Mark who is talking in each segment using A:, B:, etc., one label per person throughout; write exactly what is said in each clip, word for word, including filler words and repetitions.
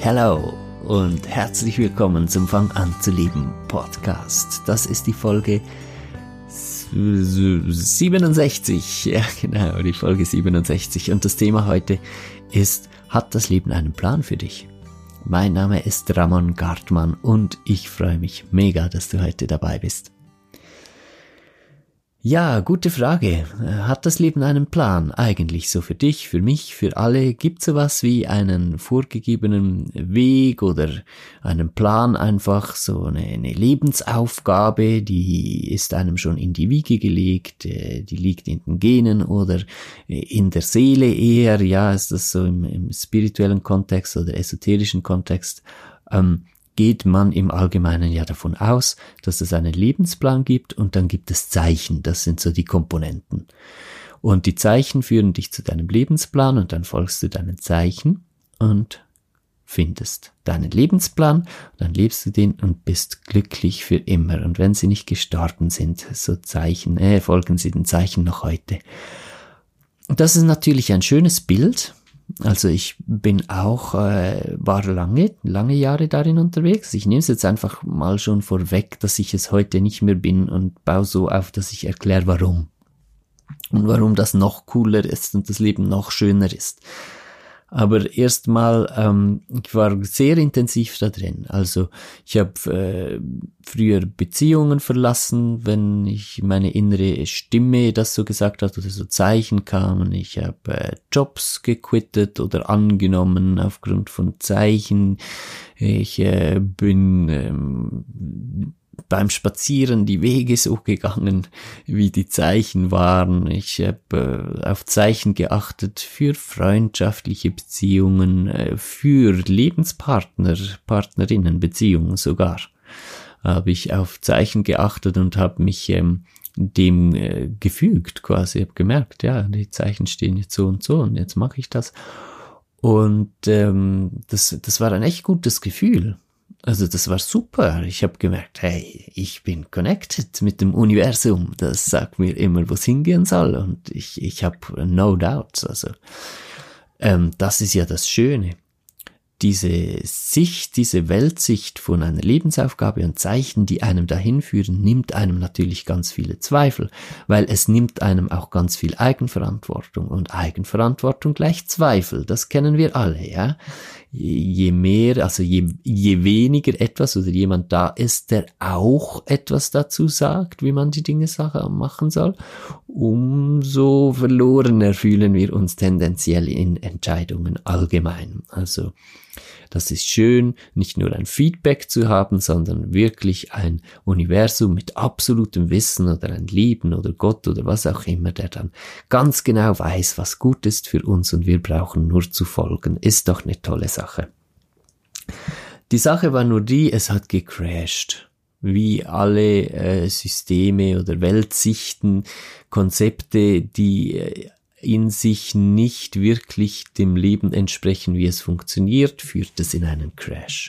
A: Hello und herzlich willkommen zum Fang an zu leben Podcast. Das ist die Folge siebenundsechzig. Ja, genau, die Folge siebenundsechzig. Und das Thema heute ist: Hat das Leben einen Plan für dich? Mein Name ist Ramon Gartmann und ich freue mich mega, dass du heute dabei bist. Ja, gute Frage. Hat das Leben einen Plan? Eigentlich so für dich, für mich, für alle? Gibt es sowas wie einen vorgegebenen Weg oder einen Plan, einfach so eine, eine Lebensaufgabe, die ist einem schon in die Wiege gelegt, die liegt in den Genen oder in der Seele eher? Ja, ist das so im, im spirituellen Kontext oder esoterischen Kontext? Ähm, geht man im Allgemeinen ja davon aus, dass es einen Lebensplan gibt und dann gibt es Zeichen, das sind so die Komponenten. Und die Zeichen führen dich zu deinem Lebensplan und dann folgst du deinen Zeichen und findest deinen Lebensplan, dann lebst du den und bist glücklich für immer. Und wenn sie nicht gestorben sind, so Zeichen, äh, folgen sie den Zeichen noch heute. Und das ist natürlich ein schönes Bild. Also ich bin auch, äh, war lange, lange Jahre darin unterwegs. Ich nehme es jetzt einfach mal schon vorweg, dass ich es heute nicht mehr bin und baue so auf, dass ich erkläre, warum. Und warum das noch cooler ist und das Leben noch schöner ist. Aber erstmal, ähm, ich war sehr intensiv da drin. Also ich habe äh, früher Beziehungen verlassen, wenn ich meine innere Stimme das so gesagt hat oder so Zeichen kamen. Ich habe äh, Jobs gequittet oder angenommen aufgrund von Zeichen. Ich äh, bin ähm, beim Spazieren die Wege so gegangen, wie die Zeichen waren. Ich habe äh, auf Zeichen geachtet für freundschaftliche Beziehungen, äh, für Lebenspartner, Partnerinnen, Beziehungen sogar. Habe ich auf Zeichen geachtet und habe mich ähm, dem äh, gefügt quasi. Ich habe gemerkt, ja, die Zeichen stehen jetzt so und so und jetzt mache ich das. Und ähm, das, das war ein echt gutes Gefühl. Also das war super. Ich habe gemerkt, hey, ich bin connected mit dem Universum. Das sagt mir immer, wo es hingehen soll. Und ich, ich habe no doubts. Also ähm, das ist ja das Schöne. Diese Sicht, diese Weltsicht von einer Lebensaufgabe und Zeichen, die einem dahin führen, nimmt einem natürlich ganz viele Zweifel, weil es nimmt einem auch ganz viel Eigenverantwortung und Eigenverantwortung gleich Zweifel, das kennen wir alle, ja. Je mehr, also je, je weniger etwas oder jemand da ist, der auch etwas dazu sagt, wie man die Dinge machen soll, umso verlorener fühlen wir uns tendenziell in Entscheidungen allgemein. Also das ist schön, nicht nur ein Feedback zu haben, sondern wirklich ein Universum mit absolutem Wissen oder ein Leben oder Gott oder was auch immer, der dann ganz genau weiß, was gut ist für uns und wir brauchen nur zu folgen. Ist doch eine tolle Sache. Die Sache war nur die, es hat gecrashed. Wie alle äh, Systeme oder Weltsichten, Konzepte, die äh, in sich nicht wirklich dem Leben entsprechen, wie es funktioniert, führt es in einen Crash.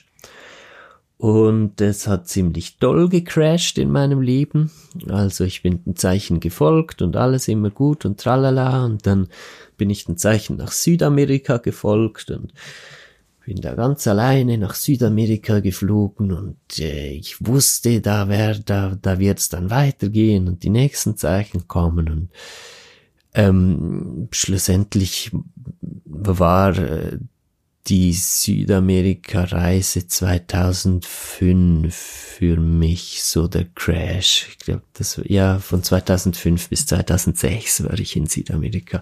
A: Und es hat ziemlich doll gecrashed in meinem Leben. Also ich bin den Zeichen gefolgt und alles immer gut und tralala. Und dann bin ich den Zeichen nach Südamerika gefolgt und bin da ganz alleine nach Südamerika geflogen und äh, ich wusste, da wär, da, da wird's dann weitergehen und die nächsten Zeichen kommen und Ähm, schlussendlich war äh, die Südamerika-Reise zweitausendfünf für mich so der Crash. Ich glaube, das ja von zweitausendfünf bis zweitausendsechs war ich in Südamerika.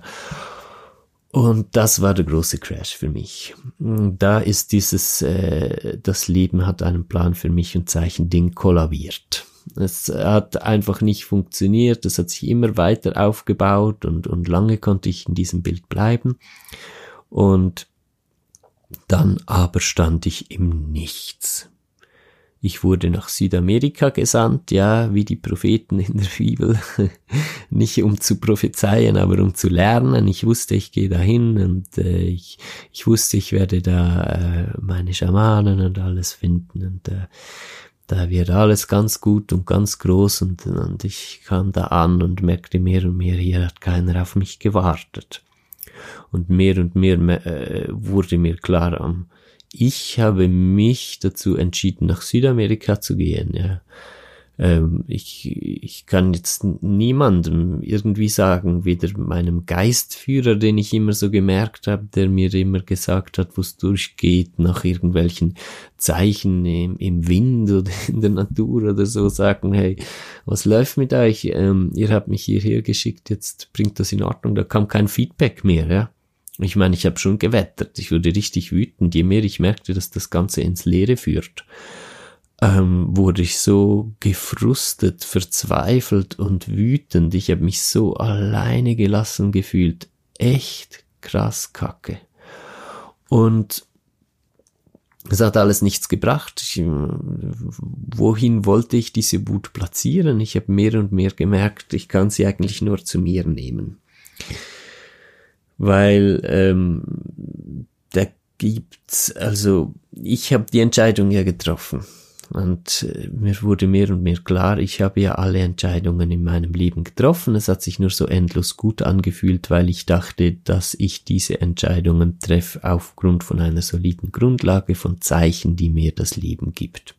A: Und das war der große Crash für mich. Da ist dieses, äh, das Leben hat einen Plan für mich und Zeichen-Ding kollabiert. Es hat einfach nicht funktioniert, es hat sich immer weiter aufgebaut und, und lange konnte ich in diesem Bild bleiben. Und dann aber stand ich im Nichts. Ich wurde nach Südamerika gesandt, ja, wie die Propheten in der Bibel. Nicht um zu prophezeien, aber um zu lernen. Ich wusste, ich gehe dahin und äh, ich, ich wusste, ich werde da äh, meine Schamanen und alles finden und äh, da wird alles ganz gut und ganz groß und, und ich kam da an und merkte mehr und mehr, hier hat keiner auf mich gewartet. Und mehr und mehr äh, wurde mir klar, um, ich habe mich dazu entschieden, nach Südamerika zu gehen, ja. Ähm, ich, ich kann jetzt niemandem irgendwie sagen, weder meinem Geistführer, den ich immer so gemerkt habe, der mir immer gesagt hat, wo es durchgeht, nach irgendwelchen Zeichen im, im Wind oder in der Natur oder so, sagen, hey, was läuft mit euch? Ähm, ihr habt mich hierher geschickt, jetzt bringt das in Ordnung. Da kam kein Feedback mehr, ja. Ich meine, ich habe schon gewettert, ich wurde richtig wütend, je mehr ich merkte, dass das Ganze ins Leere führt. Ähm, wurde ich so gefrustet, verzweifelt und wütend. Ich habe mich so alleine gelassen gefühlt. Echt krass kacke. Und es hat alles nichts gebracht. Ich, wohin wollte ich diese Wut platzieren? Ich habe mehr und mehr gemerkt, ich kann sie eigentlich nur zu mir nehmen. Weil ähm, da gibt's, also ich habe die Entscheidung ja getroffen. Und äh, mir wurde mehr und mehr klar, ich habe ja alle Entscheidungen in meinem Leben getroffen. Es hat sich nur so endlos gut angefühlt, weil ich dachte, dass ich diese Entscheidungen treffe aufgrund von einer soliden Grundlage von Zeichen, die mir das Leben gibt.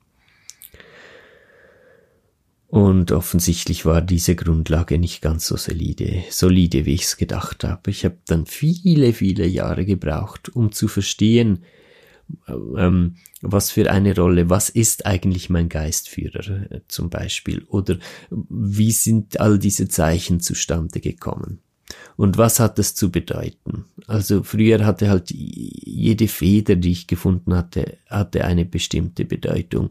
A: Und offensichtlich war diese Grundlage nicht ganz so solide, solide, wie ich es gedacht habe. Ich habe dann viele, viele Jahre gebraucht, um zu verstehen, ähm, was für eine Rolle, was ist eigentlich mein Geistführer äh, zum Beispiel, oder wie sind all diese Zeichen zustande gekommen und was hat das zu bedeuten. Also früher hatte halt jede Feder, die ich gefunden hatte, hatte eine bestimmte Bedeutung,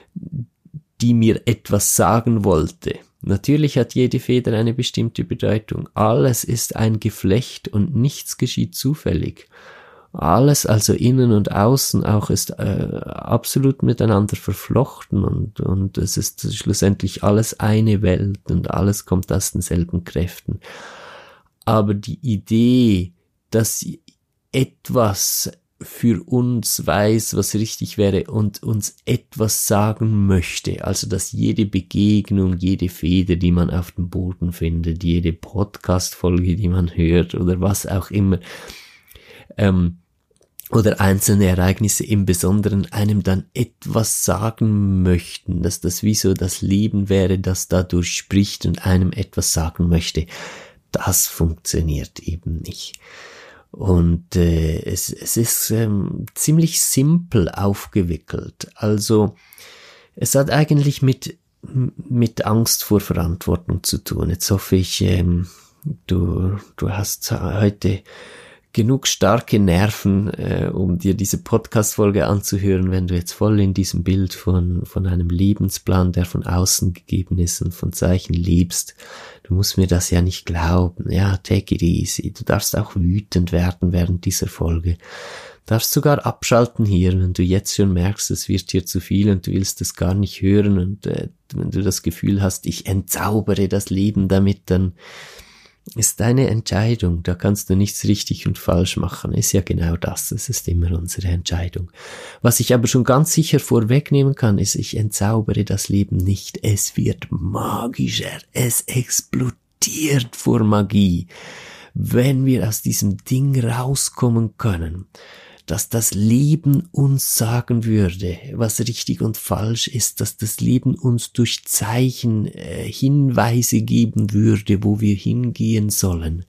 A: die mir etwas sagen wollte. Natürlich hat jede Feder eine bestimmte Bedeutung. Alles ist ein Geflecht und nichts geschieht zufällig. Alles, also innen und außen auch, ist äh, absolut miteinander verflochten und, und es ist schlussendlich alles eine Welt und alles kommt aus denselben Kräften. Aber die Idee, dass etwas für uns weiß, was richtig wäre und uns etwas sagen möchte, also dass jede Begegnung, jede Feder, die man auf dem Boden findet, jede Podcast-Folge, die man hört oder was auch immer, ähm, oder einzelne Ereignisse im Besonderen einem dann etwas sagen möchten, dass das wie so das Leben wäre, das dadurch spricht und einem etwas sagen möchte, das funktioniert eben nicht. Und äh, es, es ist ähm, ziemlich simpel aufgewickelt. Also es hat eigentlich mit mit Angst vor Verantwortung zu tun. Jetzt hoffe ich, ähm, du du hast heute genug starke Nerven, äh, um dir diese Podcast-Folge anzuhören, wenn du jetzt voll in diesem Bild von von einem Lebensplan, der von außen gegeben ist und von Zeichen lebst. Du musst mir das ja nicht glauben. Ja, take it easy. Du darfst auch wütend werden während dieser Folge. Du darfst sogar abschalten hier, wenn du jetzt schon merkst, es wird hier zu viel und du willst es gar nicht hören und äh, wenn du das Gefühl hast, ich entzaubere das Leben damit, dann ist deine Entscheidung, da kannst du nichts richtig und falsch machen, ist ja genau das, es ist immer unsere Entscheidung. Was ich aber schon ganz sicher vorwegnehmen kann, ist, ich entzaubere das Leben nicht, es wird magischer, es explodiert vor Magie, wenn wir aus diesem Ding rauskommen können, dass das Leben uns sagen würde, was richtig und falsch ist, dass das Leben uns durch Zeichen äh, Hinweise geben würde, wo wir hingehen sollen.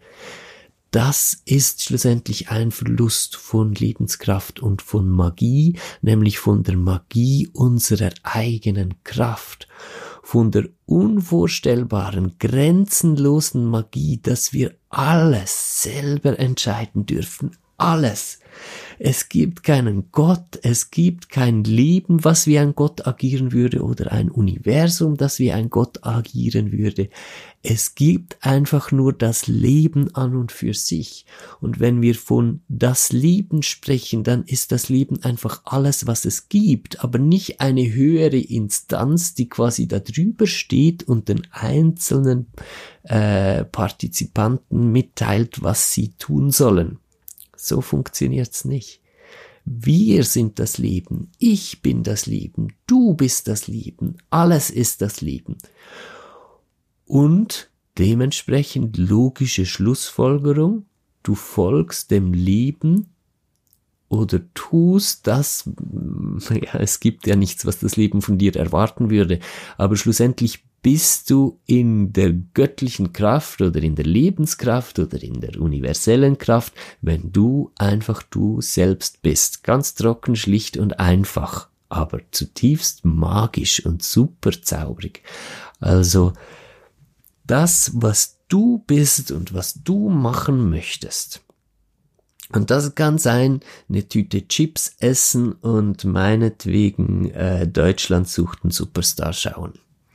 A: Das ist schlussendlich ein Verlust von Lebenskraft und von Magie, nämlich von der Magie unserer eigenen Kraft, von der unvorstellbaren, grenzenlosen Magie, dass wir alles selber entscheiden dürfen. Alles. Es gibt keinen Gott, es gibt kein Leben, was wie ein Gott agieren würde oder ein Universum, das wie ein Gott agieren würde. Es gibt einfach nur das Leben an und für sich. Und wenn wir von das Leben sprechen, dann ist das Leben einfach alles, was es gibt, aber nicht eine höhere Instanz, die quasi da drüber steht und den einzelnen äh, Partizipanten mitteilt, was sie tun sollen. So funktioniert's nicht. Wir sind das Leben, ich bin das Leben, du bist das Leben, alles ist das Leben. Und dementsprechend logische Schlussfolgerung, du folgst dem Leben oder tust das, ja, es gibt ja nichts, was das Leben von dir erwarten würde, aber schlussendlich bist du in der göttlichen Kraft oder in der Lebenskraft oder in der universellen Kraft, wenn du einfach du selbst bist. Ganz trocken, schlicht und einfach, aber zutiefst magisch und super zauberig. Also das, was du bist und was du machen möchtest. Und das kann sein, eine Tüte Chips essen und meinetwegen äh, Deutschland sucht einen Superstar schauen.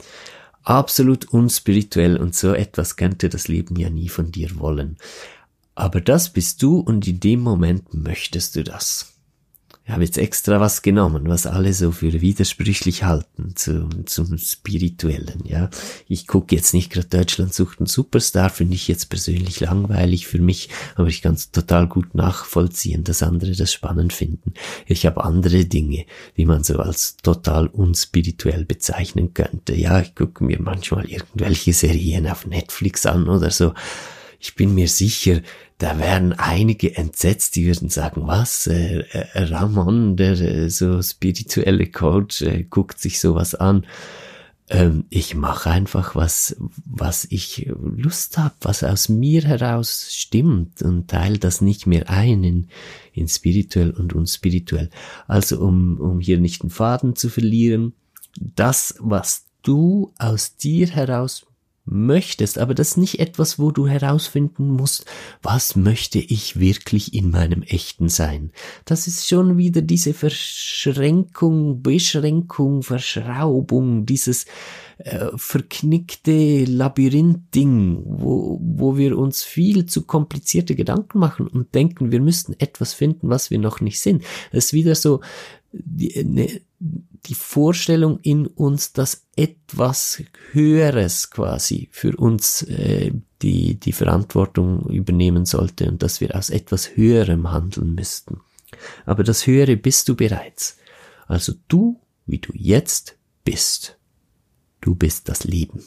A: Absolut unspirituell und so etwas könnte das Leben ja nie von dir wollen. Aber das bist du und in dem Moment möchtest du das. Ich habe jetzt extra was genommen, was alle so für widersprüchlich halten zum, zum Spirituellen, ja. Ich gucke jetzt nicht gerade Deutschland sucht einen Superstar, finde ich jetzt persönlich langweilig für mich, aber ich kann es total gut nachvollziehen, dass andere das spannend finden. Ich habe andere Dinge, die man so als total unspirituell bezeichnen könnte. Ja, ich gucke mir manchmal irgendwelche Serien auf Netflix an oder so. Ich bin mir sicher, da wären einige entsetzt, die würden sagen, was, äh, äh, Ramon, der äh, so spirituelle Coach, äh, guckt sich sowas an. Ähm, ich mache einfach was, was ich Lust habe, was aus mir heraus stimmt und teile das nicht mehr ein in, in spirituell und unspirituell. Also um, um hier nicht den Faden zu verlieren, das, was du aus dir heraus möchtest, aber das ist nicht etwas, wo du herausfinden musst, was möchte ich wirklich in meinem Echten sein. Das ist schon wieder diese Verschränkung, Beschränkung, Verschraubung, dieses äh, verknickte Labyrinth-Ding, wo, wo wir uns viel zu komplizierte Gedanken machen und denken, wir müssten etwas finden, was wir noch nicht sind. Das ist wieder so die, ne, die Vorstellung in uns, dass etwas Höheres quasi für uns äh, die, die Verantwortung übernehmen sollte und dass wir aus etwas Höherem handeln müssten. Aber das Höhere bist du bereits. Also du, wie du jetzt bist. Du bist das Leben.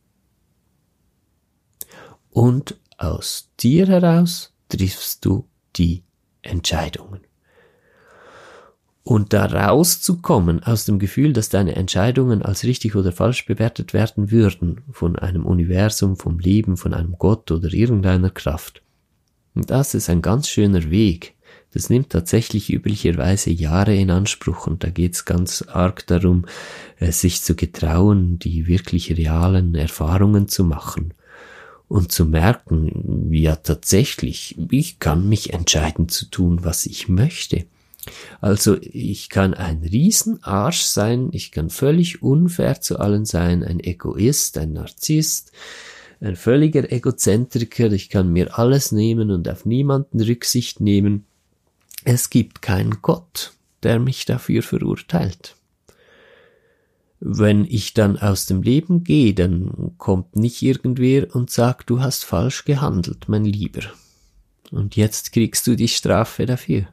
A: Und aus dir heraus triffst du die Entscheidungen. Und da rauszukommen aus dem Gefühl, dass deine Entscheidungen als richtig oder falsch bewertet werden würden, von einem Universum, vom Leben, von einem Gott oder irgendeiner Kraft. Und das ist ein ganz schöner Weg. Das nimmt tatsächlich üblicherweise Jahre in Anspruch und da geht's ganz arg darum, sich zu getrauen, die wirklich realen Erfahrungen zu machen. Und zu merken, ja tatsächlich, ich kann mich entscheiden zu tun, was ich möchte. Also ich kann ein Riesenarsch sein, ich kann völlig unfair zu allen sein, ein Egoist, ein Narzisst, ein völliger Egozentriker, ich kann mir alles nehmen und auf niemanden Rücksicht nehmen. Es gibt keinen Gott, der mich dafür verurteilt. Wenn ich dann aus dem Leben gehe, dann kommt nicht irgendwer und sagt, du hast falsch gehandelt, mein Lieber. Und jetzt kriegst du die Strafe dafür.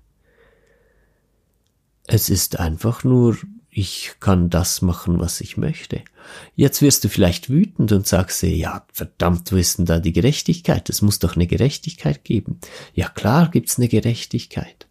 A: Es ist einfach nur, ich kann das machen, was ich möchte. Jetzt wirst du vielleicht wütend und sagst dir, ja, verdammt, wo ist denn da die Gerechtigkeit? Es muss doch eine Gerechtigkeit geben. Ja, klar gibt's eine Gerechtigkeit.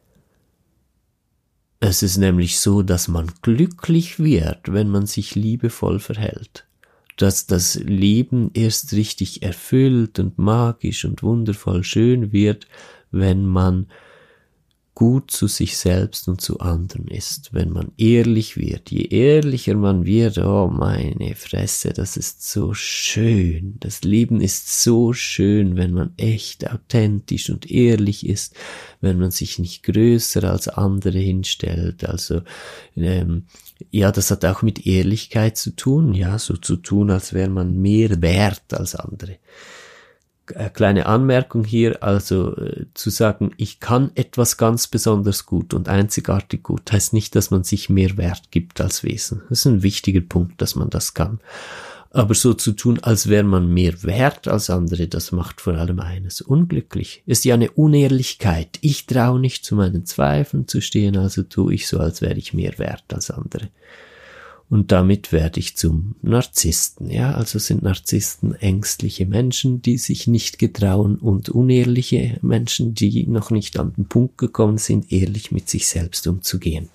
A: Es ist nämlich so, dass man glücklich wird, wenn man sich liebevoll verhält. Dass das Leben erst richtig erfüllt und magisch und wundervoll schön wird, wenn man gut zu sich selbst und zu anderen ist, wenn man ehrlich wird. Je ehrlicher man wird, oh meine Fresse, das ist so schön. Das Leben ist so schön, wenn man echt authentisch und ehrlich ist, wenn man sich nicht größer als andere hinstellt. Also ähm, ja, das hat auch mit Ehrlichkeit zu tun, ja, so zu tun, als wäre man mehr wert als andere. Kleine Anmerkung hier, also äh, zu sagen, ich kann etwas ganz besonders gut und einzigartig gut, heißt nicht, dass man sich mehr Wert gibt als Wesen. Das ist ein wichtiger Punkt, dass man das kann. Aber so zu tun, als wäre man mehr wert als andere, das macht vor allem eines unglücklich. Ist ja eine Unehrlichkeit. Ich traue nicht zu meinen Zweifeln zu stehen, also tue ich so, als wäre ich mehr wert als andere. Und damit werde ich zum Narzissten. Ja, also sind Narzissten ängstliche Menschen, die sich nicht getrauen, und unehrliche Menschen, die noch nicht an den Punkt gekommen sind, ehrlich mit sich selbst umzugehen.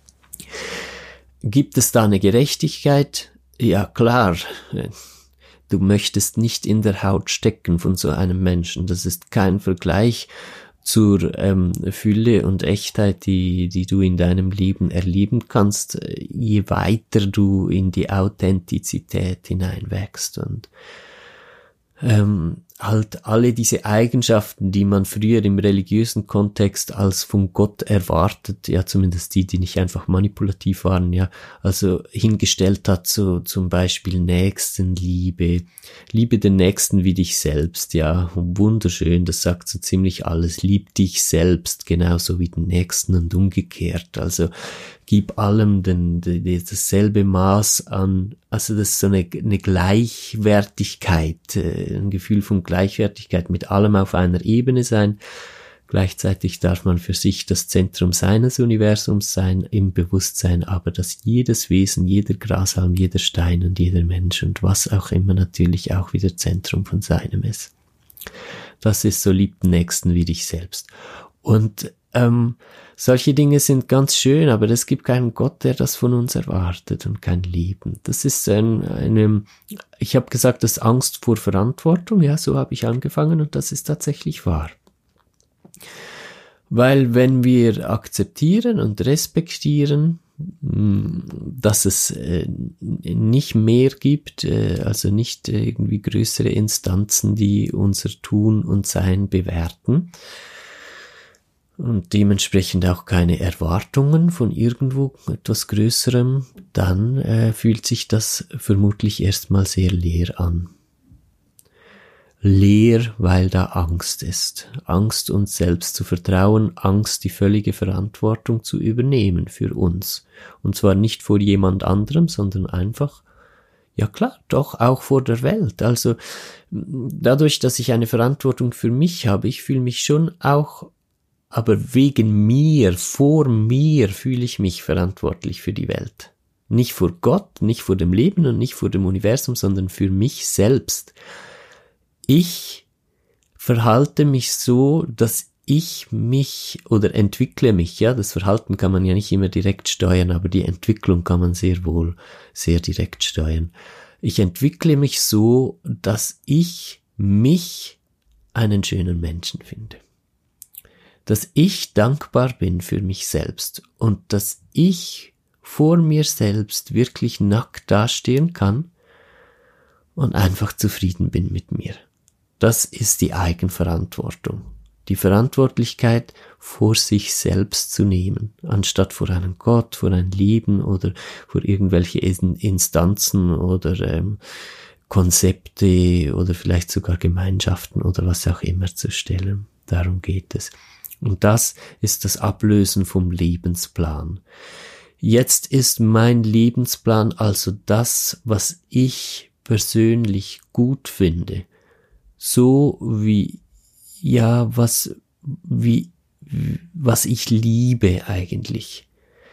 A: Gibt es da eine Gerechtigkeit? Ja, klar. Du möchtest nicht in der Haut stecken von so einem Menschen. Das ist kein Vergleich zur ähm, Fülle und Echtheit, die die du in deinem Leben erleben kannst, je weiter du in die Authentizität hineinwächst. Und ähm, halt alle diese Eigenschaften, die man früher im religiösen Kontext als von Gott erwartet, ja zumindest die, die nicht einfach manipulativ waren, ja, also hingestellt hat, so zum Beispiel Nächstenliebe, liebe den Nächsten wie dich selbst, ja, wunderschön, das sagt so ziemlich alles, lieb dich selbst genauso wie den Nächsten und umgekehrt, also gib allem den, den, dasselbe Maß an, also das ist so eine, eine Gleichwertigkeit, ein Gefühl von Gleichwertigkeit, mit allem auf einer Ebene sein. Gleichzeitig darf man für sich das Zentrum seines Universums sein, im Bewusstsein, aber dass jedes Wesen, jeder Grashalm, jeder Stein und jeder Mensch und was auch immer natürlich auch wieder Zentrum von seinem ist. Das ist so, lieb den Nächsten wie dich selbst. Und ähm, solche Dinge sind ganz schön, aber es gibt keinen Gott, der das von uns erwartet und kein Leben. Das ist ein, eine, ich habe gesagt, das ist Angst vor Verantwortung, ja, so habe ich angefangen und das ist tatsächlich wahr. Weil wenn wir akzeptieren und respektieren, dass es nicht mehr gibt, also nicht irgendwie größere Instanzen, die unser Tun und Sein bewerten, und dementsprechend auch keine Erwartungen von irgendwo etwas Größerem, dann äh, fühlt sich das vermutlich erstmal sehr leer an. Leer, weil da Angst ist. Angst, uns selbst zu vertrauen, Angst, die völlige Verantwortung zu übernehmen für uns. Und zwar nicht vor jemand anderem, sondern einfach, ja klar, doch auch vor der Welt. Also dadurch, dass ich eine Verantwortung für mich habe, ich fühle mich schon auch, aber wegen mir, vor mir fühle ich mich verantwortlich für die Welt. Nicht vor Gott, nicht vor dem Leben und nicht vor dem Universum, sondern für mich selbst. Ich verhalte mich so, dass ich mich oder entwickle mich, ja, das Verhalten kann man ja nicht immer direkt steuern, aber die Entwicklung kann man sehr wohl sehr direkt steuern. Ich entwickle mich so, dass ich mich einen schönen Menschen finde. Dass ich dankbar bin für mich selbst und dass ich vor mir selbst wirklich nackt dastehen kann und einfach zufrieden bin mit mir. Das ist die Eigenverantwortung. Die Verantwortlichkeit vor sich selbst zu nehmen, anstatt vor einem Gott, vor ein Leben oder vor irgendwelche Instanzen oder ähm, Konzepte oder vielleicht sogar Gemeinschaften oder was auch immer zu stellen. Darum geht es. Und das ist das Ablösen vom Lebensplan. Jetzt ist mein Lebensplan also das, was ich persönlich gut finde. So wie, ja, was, wie, was ich liebe eigentlich.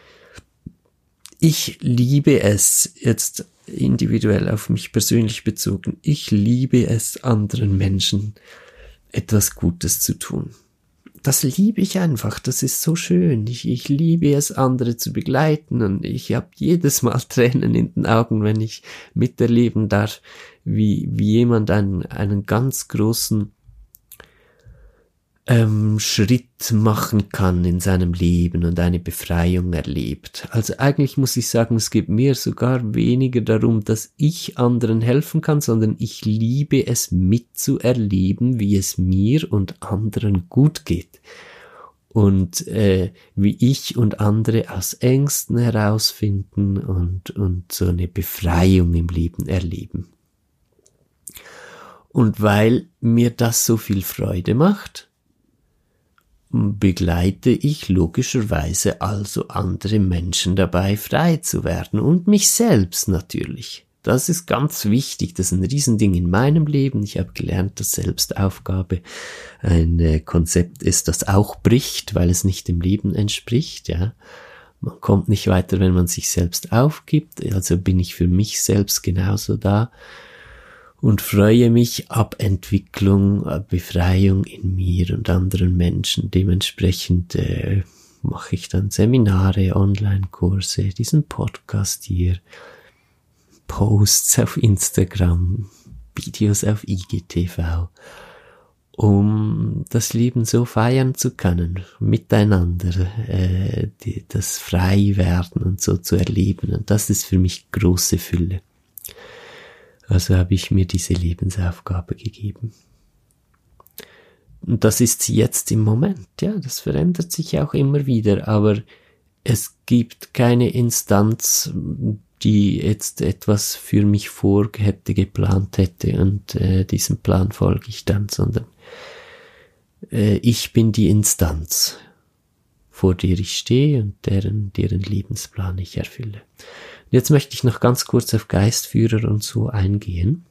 A: Ich liebe es, jetzt individuell auf mich persönlich bezogen, ich liebe es, anderen Menschen etwas Gutes zu tun. Das liebe ich einfach, das ist so schön. Ich, ich liebe es, andere zu begleiten und ich habe jedes Mal Tränen in den Augen, wenn ich miterleben darf, wie, wie jemand einen, einen ganz großen ähm, Schritt machen kann in seinem Leben und eine Befreiung erlebt. Also eigentlich muss ich sagen, es geht mir sogar weniger darum, dass ich anderen helfen kann, sondern ich liebe es mitzuerleben, wie es mir und anderen gut geht. Und äh, wie ich und andere aus Ängsten herausfinden und, und so eine Befreiung im Leben erleben. Und weil mir das so viel Freude macht, begleite ich logischerweise also andere Menschen dabei, frei zu werden und mich selbst natürlich. Das ist ganz wichtig, das ist ein Riesending in meinem Leben. Ich habe gelernt, dass Selbstaufgabe ein Konzept ist, das auch bricht, weil es nicht dem Leben entspricht, ja. Man kommt nicht weiter, wenn man sich selbst aufgibt, also bin ich für mich selbst genauso da und freue mich ab Entwicklung, Befreiung in mir und anderen Menschen. Dementsprechend äh, mache ich dann Seminare, Online-Kurse, diesen Podcast hier, Posts auf Instagram, Videos auf I G T V, um das Leben so feiern zu können, miteinander, äh, die, das Freiwerden und so zu erleben. Und das ist für mich große Fülle. Also habe ich mir diese Lebensaufgabe gegeben. Und das ist jetzt im Moment, ja, das verändert sich auch immer wieder, aber es gibt keine Instanz, die jetzt etwas für mich vor hätte, geplant hätte und äh, diesem Plan folge ich dann, sondern äh, ich bin die Instanz, vor der ich stehe und deren, deren Lebensplan ich erfülle. Und jetzt möchte ich noch ganz kurz auf Geistführer und so eingehen.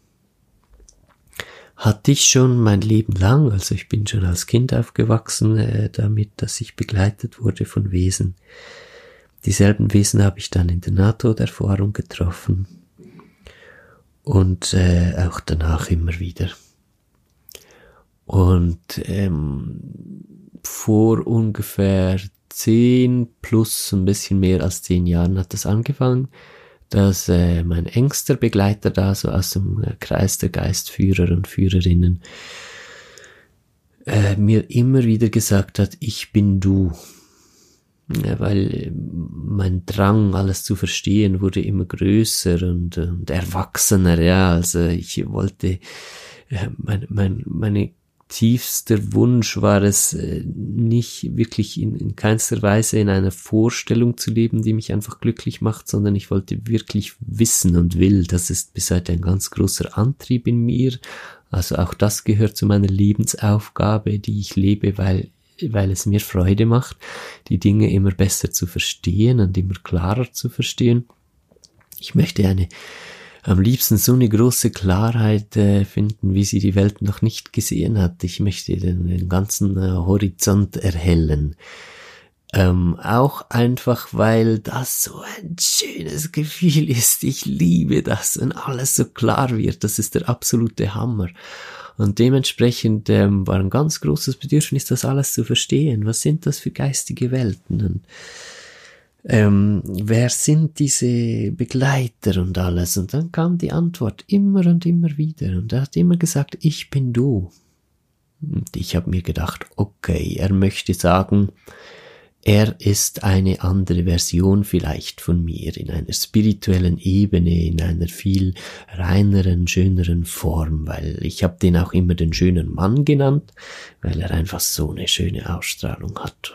A: Hatte ich schon mein Leben lang, also ich bin schon als Kind aufgewachsen, äh, damit, dass ich begleitet wurde von Wesen. Dieselben Wesen habe ich dann in der Nahtoderfahrung getroffen und äh, auch danach immer wieder. Und ähm, vor ungefähr zehn plus ein bisschen mehr als zehn Jahren hat das angefangen, dass äh, mein engster Begleiter da, so aus dem äh, Kreis der Geistführer und Führerinnen, äh, mir immer wieder gesagt hat, ich bin du. Ja, weil mein Drang, alles zu verstehen, wurde immer größer und, und erwachsener, ja, also ich wollte, äh, mein, mein, meine tiefster Wunsch war es, äh, nicht wirklich in, in keinster Weise in einer Vorstellung zu leben, die mich einfach glücklich macht, sondern ich wollte wirklich wissen und will. Das ist bis heute ein ganz großer Antrieb in mir. Also auch das gehört zu meiner Lebensaufgabe, die ich lebe, weil weil es mir Freude macht, die Dinge immer besser zu verstehen und immer klarer zu verstehen. Ich möchte eine am liebsten so eine große Klarheit äh, finden, wie sie die Welt noch nicht gesehen hat. Ich möchte den, den ganzen äh, Horizont erhellen. Ähm, auch einfach, weil das so ein schönes Gefühl ist. Ich liebe das, wenn alles so klar wird. Das ist der absolute Hammer. Und dementsprechend ähm, war ein ganz großes Bedürfnis, das alles zu verstehen. Was sind das für geistige Welten? Und, ähm, wer sind diese Begleiter und alles? Und dann kam die Antwort immer und immer wieder. Und er hat immer gesagt, ich bin du. Und ich habe mir gedacht, okay, er möchte sagen, er ist eine andere Version vielleicht von mir, in einer spirituellen Ebene, in einer viel reineren, schöneren Form, weil ich habe den auch immer den schönen Mann genannt, weil er einfach so eine schöne Ausstrahlung hat.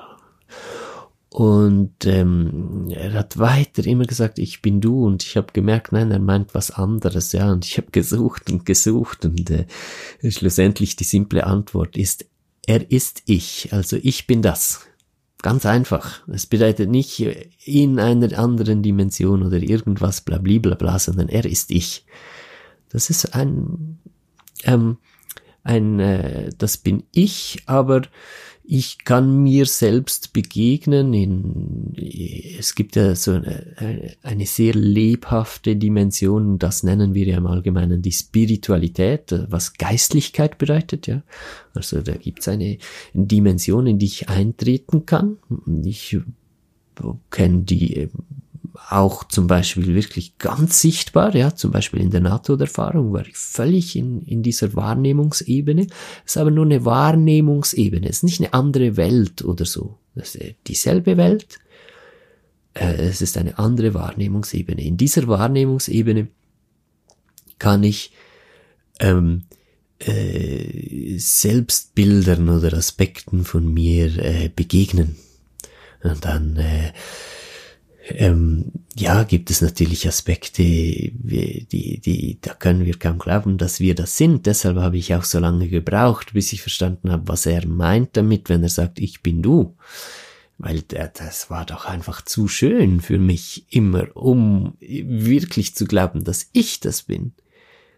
A: Und ähm, er hat weiter immer gesagt, ich bin du, und ich habe gemerkt, nein, er meint was anderes, ja, und ich habe gesucht und gesucht und äh, schlussendlich die simple Antwort ist, er ist ich, also ich bin das. Ganz einfach. Es bedeutet nicht in einer anderen Dimension oder irgendwas blablabla, sondern er ist ich. Das ist ein, ähm, ein, äh, das bin ich, aber ich kann mir selbst begegnen. In, es gibt ja so eine, eine sehr lebhafte Dimension, das nennen wir ja im Allgemeinen die Spiritualität, was Geistlichkeit bedeutet, ja. Also da gibt's eine Dimension, in die ich eintreten kann. Ich kenne die auch zum Beispiel wirklich ganz sichtbar, ja, zum Beispiel in der Nahtoderfahrung war ich völlig in, in dieser Wahrnehmungsebene. Es ist aber nur eine Wahrnehmungsebene, es ist nicht eine andere Welt oder so. Das ist dieselbe Welt, äh, es ist eine andere Wahrnehmungsebene. In dieser Wahrnehmungsebene kann ich ähm, äh, Selbstbildern oder Aspekten von mir äh, begegnen. Und dann äh, Ähm, ja, gibt es natürlich Aspekte, die, die, da können wir kaum glauben, dass wir das sind. Deshalb habe ich auch so lange gebraucht, bis ich verstanden habe, was er meint damit, wenn er sagt, ich bin du. Weil der, das war doch einfach zu schön für mich immer, um wirklich zu glauben, dass ich das bin.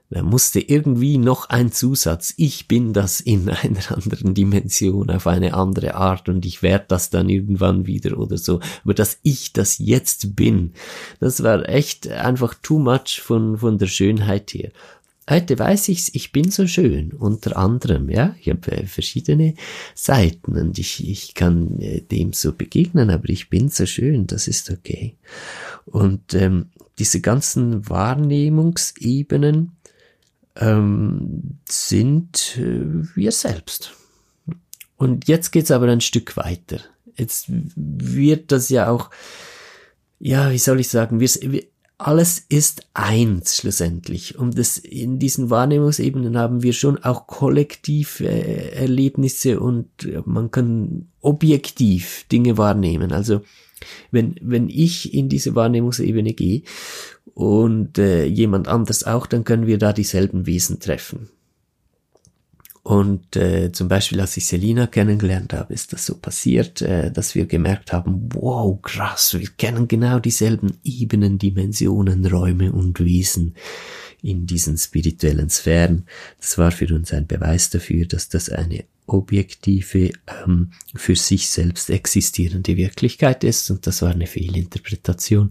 A: Da musste irgendwie noch ein Zusatz, ich bin das in einer anderen Dimension, auf eine andere Art und ich werde das dann irgendwann wieder oder so. Aber dass ich das jetzt bin, das war echt einfach too much von, von der Schönheit her. Heute weiß ich's, ich bin so schön, unter anderem, ja, ich habe äh, verschiedene Seiten und ich, ich kann äh, dem so begegnen, aber ich bin so schön, das ist okay. Und ähm, diese ganzen Wahrnehmungsebenen ähm, sind äh, wir selbst. Und jetzt geht's aber ein Stück weiter. Jetzt wird das ja auch, ja, wie soll ich sagen, wir, wir alles ist eins schlussendlich. Und das, in diesen Wahrnehmungsebenen haben wir schon auch kollektiv äh, Erlebnisse und man kann objektiv Dinge wahrnehmen. Also wenn wenn ich in diese Wahrnehmungsebene gehe und äh, jemand anders auch, dann können wir da dieselben Wesen treffen. Und äh, zum Beispiel, als ich Selina kennengelernt habe, ist das so passiert, äh, dass wir gemerkt haben, wow, krass, wir kennen genau dieselben Ebenen, Dimensionen, Räume und Wesen in diesen spirituellen Sphären. Das war für uns ein Beweis dafür, dass das eine objektive, ähm, für sich selbst existierende Wirklichkeit ist, und das war eine Fehlinterpretation.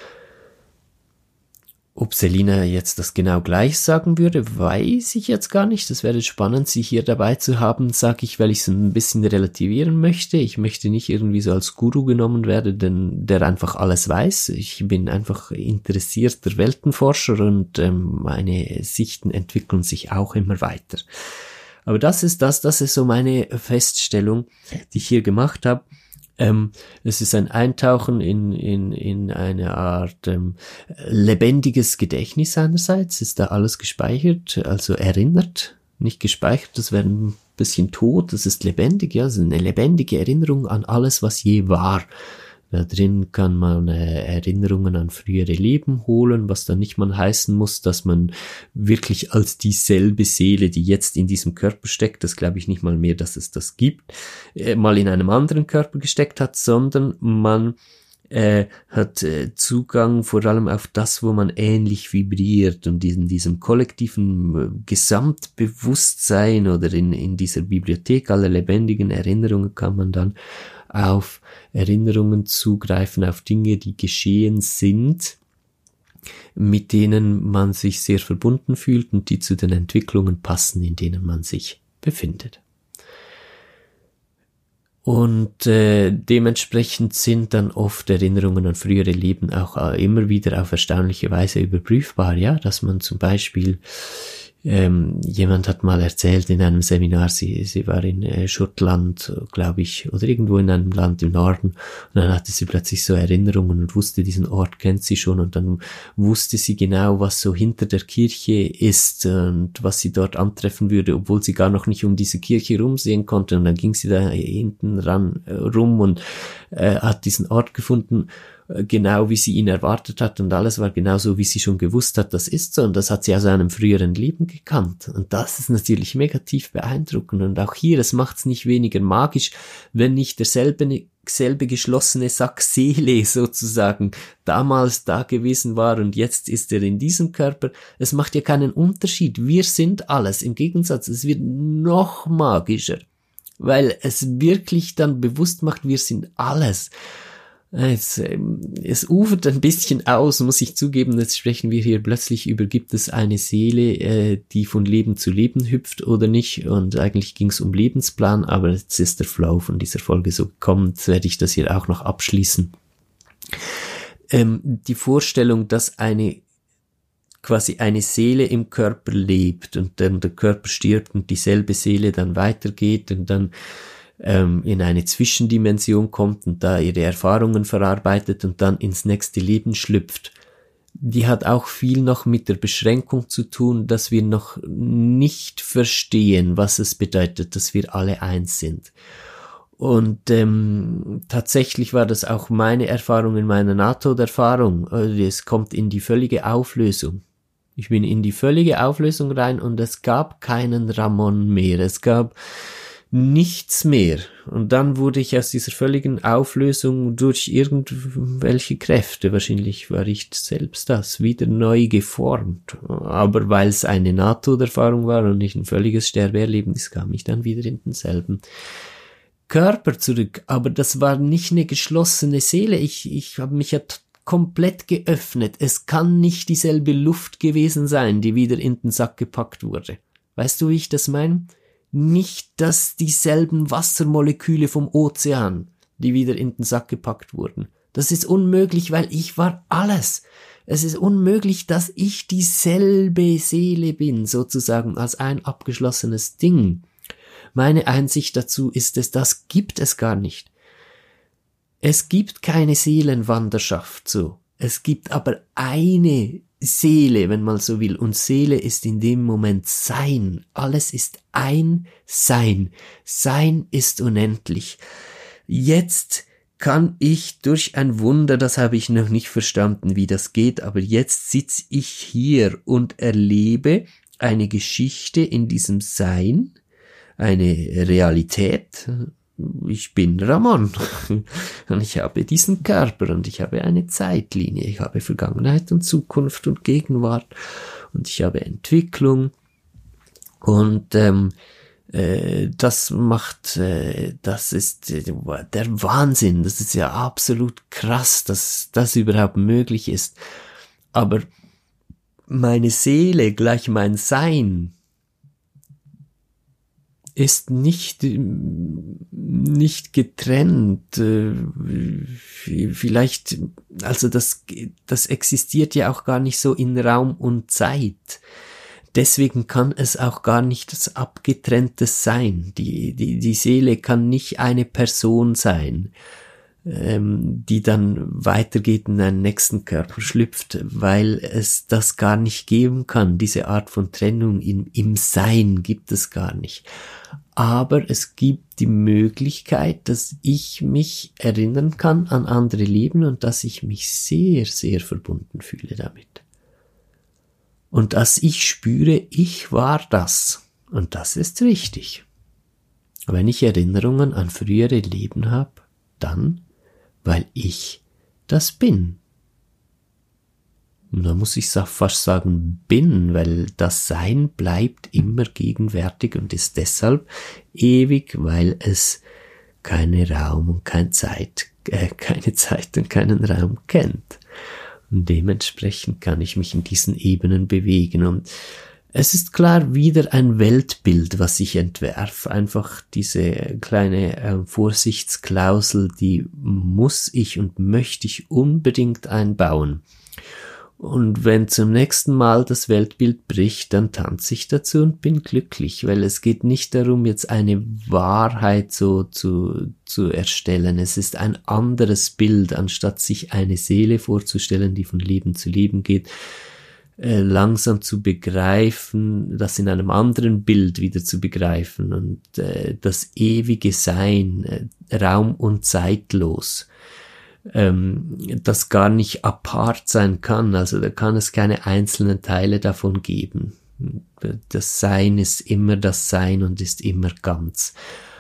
A: Ob Selina jetzt das genau gleich sagen würde, weiß ich jetzt gar nicht. Das wäre spannend, sie hier dabei zu haben, sage ich, weil ich es ein bisschen relativieren möchte. Ich möchte nicht irgendwie so als Guru genommen werden, denn der einfach alles weiß. Ich bin einfach interessierter Weltenforscher und ähm, meine Sichten entwickeln sich auch immer weiter. Aber das ist das, das ist so meine Feststellung, die ich hier gemacht habe. Ähm, es ist ein Eintauchen in, in, in eine Art ähm, lebendiges Gedächtnis einerseits, ist da alles gespeichert, also erinnert, nicht gespeichert, das wäre ein bisschen tot, das ist lebendig, ja, also eine lebendige Erinnerung an alles, was je war. Da drin kann man äh, Erinnerungen an frühere Leben holen, was dann nicht mal heißen muss, dass man wirklich als dieselbe Seele, die jetzt in diesem Körper steckt, das glaube ich nicht mal mehr, dass es das gibt, äh, mal in einem anderen Körper gesteckt hat, sondern man äh, hat äh, Zugang vor allem auf das, wo man ähnlich vibriert, und in diesem kollektiven äh, Gesamtbewusstsein oder in, in dieser Bibliothek aller lebendigen Erinnerungen kann man dann auf Erinnerungen zugreifen, auf Dinge, die geschehen sind, mit denen man sich sehr verbunden fühlt und die zu den Entwicklungen passen, in denen man sich befindet. Und äh, dementsprechend sind dann oft Erinnerungen an frühere Leben auch äh, immer wieder auf erstaunliche Weise überprüfbar, ja, dass man zum Beispiel Ähm, jemand hat mal erzählt in einem Seminar, sie, sie war in äh, Schottland, glaube ich, oder irgendwo in einem Land im Norden, und dann hatte sie plötzlich so Erinnerungen und wusste, diesen Ort kennt sie schon, und dann wusste sie genau, was so hinter der Kirche ist und was sie dort antreffen würde, obwohl sie gar noch nicht um diese Kirche rumsehen konnte, und dann ging sie da hinten ran äh, rum und äh, hat diesen Ort gefunden, genau wie sie ihn erwartet hat, und alles war genauso, wie sie schon gewusst hat, das ist so, und das hat sie aus einem früheren Leben gekannt, und das ist natürlich mega tief beeindruckend, und auch hier, es macht es nicht weniger magisch, wenn nicht derselbe selbe geschlossene Sack Seele sozusagen damals da gewesen war und jetzt ist er in diesem Körper. Es macht ja keinen Unterschied, wir sind alles, im Gegensatz, es wird noch magischer, weil es wirklich dann bewusst macht, wir sind alles. Es, es ufert ein bisschen aus, muss ich zugeben, jetzt sprechen wir hier plötzlich über, gibt es eine Seele, äh, die von Leben zu Leben hüpft oder nicht, und eigentlich ging es um Lebensplan, aber jetzt ist der Flow von dieser Folge so gekommen, jetzt werde ich das hier auch noch abschließen. Ähm, die Vorstellung, dass eine quasi eine Seele im Körper lebt und dann der Körper stirbt und dieselbe Seele dann weitergeht und dann in eine Zwischendimension kommt und da ihre Erfahrungen verarbeitet und dann ins nächste Leben schlüpft, die hat auch viel noch mit der Beschränkung zu tun, dass wir noch nicht verstehen, was es bedeutet, dass wir alle eins sind. Und ähm, tatsächlich war das auch meine Erfahrung in meiner Nahtoderfahrung. Es kommt in die völlige Auflösung. Ich bin in die völlige Auflösung rein und es gab keinen Ramon mehr. Es gab nichts mehr. Und dann wurde ich aus dieser völligen Auflösung durch irgendwelche Kräfte, wahrscheinlich war ich selbst das, wieder neu geformt. Aber weil es eine Nahtoderfahrung war und nicht ein völliges Sterbeerlebnis, kam ich dann wieder in denselben Körper zurück. Aber das war nicht eine geschlossene Seele. Ich, ich habe mich ja t- komplett geöffnet. Es kann nicht dieselbe Luft gewesen sein, die wieder in den Sack gepackt wurde. Weißt du, wie ich das meine? Nicht, dass dieselben Wassermoleküle vom Ozean, die wieder in den Sack gepackt wurden. Das ist unmöglich, weil ich war alles. Es ist unmöglich, dass ich dieselbe Seele bin, sozusagen als ein abgeschlossenes Ding. Meine Einsicht dazu ist es, das gibt es gar nicht. Es gibt keine Seelenwanderschaft so. Es gibt aber eine Seele, wenn man so will. Und Seele ist in dem Moment Sein. Alles ist ein Sein. Sein ist unendlich. Jetzt kann ich durch ein Wunder, das habe ich noch nicht verstanden, wie das geht, aber jetzt sitze ich hier und erlebe eine Geschichte in diesem Sein, eine Realität. Ich bin Ramon und ich habe diesen Körper und ich habe eine Zeitlinie, ich habe Vergangenheit und Zukunft und Gegenwart und ich habe Entwicklung und ähm, äh, das macht, äh, das ist äh, der Wahnsinn, das ist ja absolut krass, dass das überhaupt möglich ist, aber meine Seele gleich mein Sein ist nicht nicht getrennt, vielleicht, also das das existiert ja auch gar nicht so in Raum und Zeit. Deswegen kann es auch gar nicht das Abgetrenntes sein. Die die die Seele kann nicht eine Person sein, ähm, die dann weitergeht in einen nächsten Körper schlüpft, weil es das gar nicht geben kann. Diese Art von Trennung im im Sein gibt es gar nicht. Aber es gibt die Möglichkeit, dass ich mich erinnern kann an andere Leben und dass ich mich sehr, sehr verbunden fühle damit. Und dass ich spüre, ich war das. Und das ist richtig. Wenn ich Erinnerungen an frühere Leben habe, dann, weil ich das bin. Und da muss ich fast sagen, bin, weil das Sein bleibt immer gegenwärtig und ist deshalb ewig, weil es keine Raum und keine Zeit, äh, keine Zeit und keinen Raum kennt. Und dementsprechend kann ich mich in diesen Ebenen bewegen. Und es ist klar wieder ein Weltbild, was ich entwerfe. Einfach diese kleine äh, Vorsichtsklausel, die muss ich und möchte ich unbedingt einbauen. Und wenn zum nächsten Mal das Weltbild bricht, dann tanze ich dazu und bin glücklich, weil es geht nicht darum, jetzt eine Wahrheit so zu, zu erstellen. Es ist ein anderes Bild, anstatt sich eine Seele vorzustellen, die von Leben zu Leben geht, äh, langsam zu begreifen, das in einem anderen Bild wieder zu begreifen und äh, das ewige Sein, äh, Raum- und zeitlos, das gar nicht apart sein kann, also da kann es keine einzelnen Teile davon geben. Das Sein ist immer das Sein und ist immer ganz.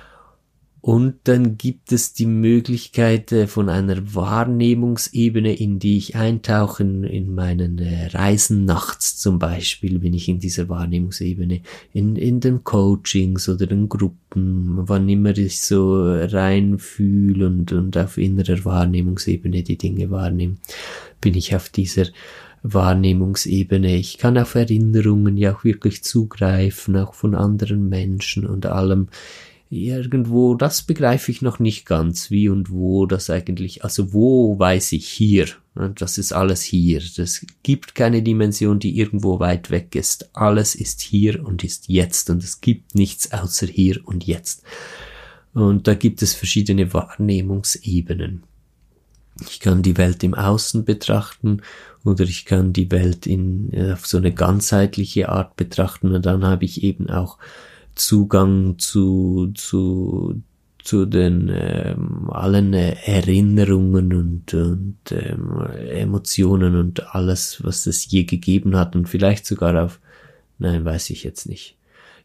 A: Und dann gibt es die Möglichkeit von einer Wahrnehmungsebene, in die ich eintauche, in meinen Reisen nachts zum Beispiel, bin ich in dieser Wahrnehmungsebene, in, in den Coachings oder den Gruppen, wann immer ich so reinfühle und, und auf innerer Wahrnehmungsebene die Dinge wahrnehme, bin ich auf dieser Wahrnehmungsebene. Ich kann auf Erinnerungen ja auch wirklich zugreifen, auch von anderen Menschen und allem. Irgendwo, das begreife ich noch nicht ganz, wie und wo das eigentlich, also wo weiß ich hier, das ist alles hier, es gibt keine Dimension, die irgendwo weit weg ist, alles ist hier und ist jetzt und es gibt nichts außer hier und jetzt. Und da gibt es verschiedene Wahrnehmungsebenen. Ich kann die Welt im Außen betrachten oder ich kann die Welt in, auf so eine ganzheitliche Art betrachten und dann habe ich eben auch Zugang zu zu zu den ähm, allen äh, Erinnerungen und und ähm, Emotionen und alles, was es je gegeben hat und vielleicht sogar auf, nein, weiß ich jetzt nicht.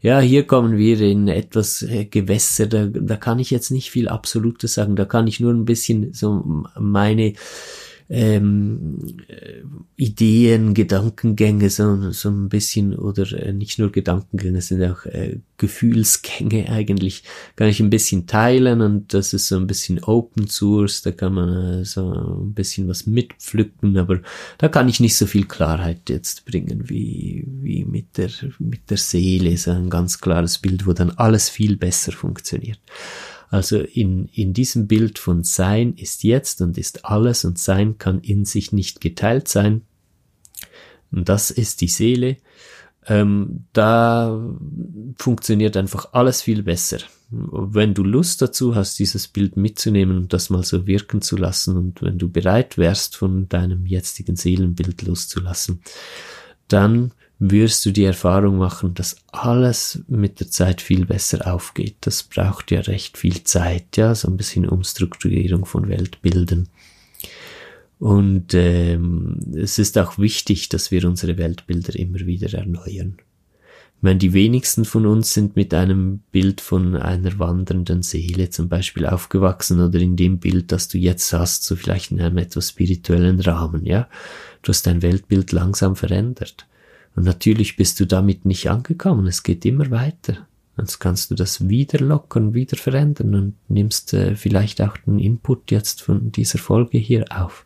A: ja, hier kommen wir in etwas äh, Gewässer, da, da kann ich jetzt nicht viel Absolutes sagen, da kann ich nur ein bisschen so meine ähm, Ideen, Gedankengänge so, so ein bisschen, oder äh, nicht nur Gedankengänge, es sind auch äh, Gefühlsgänge eigentlich, kann ich ein bisschen teilen, und das ist so ein bisschen Open Source, da kann man äh, so ein bisschen was mitpflücken, aber da kann ich nicht so viel Klarheit jetzt bringen wie, wie mit der, mit der Seele, so ein ganz klares Bild, wo dann alles viel besser funktioniert. Also in, in diesem Bild von Sein ist jetzt und ist alles, und Sein kann in sich nicht geteilt sein. Und das ist die Seele. Ähm, da funktioniert einfach alles viel besser. Wenn du Lust dazu hast, dieses Bild mitzunehmen und das mal so wirken zu lassen, und wenn du bereit wärst, von deinem jetzigen Seelenbild loszulassen, dann wirst du die Erfahrung machen, dass alles mit der Zeit viel besser aufgeht. Das braucht ja recht viel Zeit, ja, so ein bisschen Umstrukturierung von Weltbildern. Und ähm, es ist auch wichtig, dass wir unsere Weltbilder immer wieder erneuern. Ich meine, die wenigsten von uns sind mit einem Bild von einer wandernden Seele zum Beispiel aufgewachsen, oder in dem Bild, das du jetzt hast, so vielleicht in einem etwas spirituellen Rahmen, ja. Du hast dein Weltbild langsam verändert. Und natürlich bist du damit nicht angekommen, es geht immer weiter. Jetzt kannst du das wieder lockern, wieder verändern und nimmst äh, vielleicht auch den Input jetzt von dieser Folge hier auf.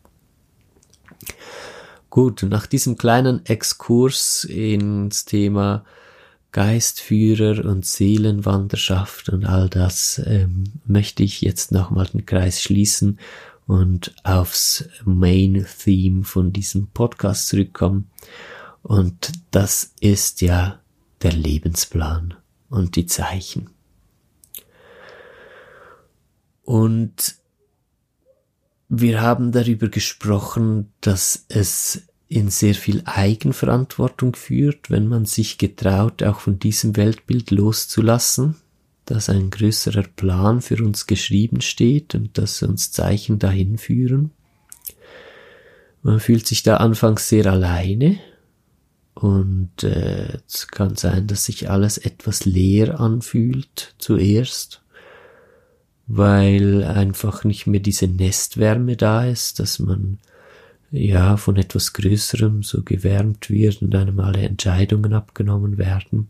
A: Gut, und nach diesem kleinen Exkurs ins Thema Geistführer und Seelenwanderschaft und all das, ähm, möchte ich jetzt nochmal den Kreis schließen und aufs Main Theme von diesem Podcast zurückkommen. Und das ist ja der Lebensplan und die Zeichen. Und wir haben darüber gesprochen, dass es in sehr viel Eigenverantwortung führt, wenn man sich getraut, auch von diesem Weltbild loszulassen, dass ein größerer Plan für uns geschrieben steht und dass uns Zeichen dahin führen. Man fühlt sich da anfangs sehr alleine. Und äh, es kann sein, dass sich alles etwas leer anfühlt zuerst, weil einfach nicht mehr diese Nestwärme da ist, dass man ja von etwas Größerem so gewärmt wird und einem alle Entscheidungen abgenommen werden.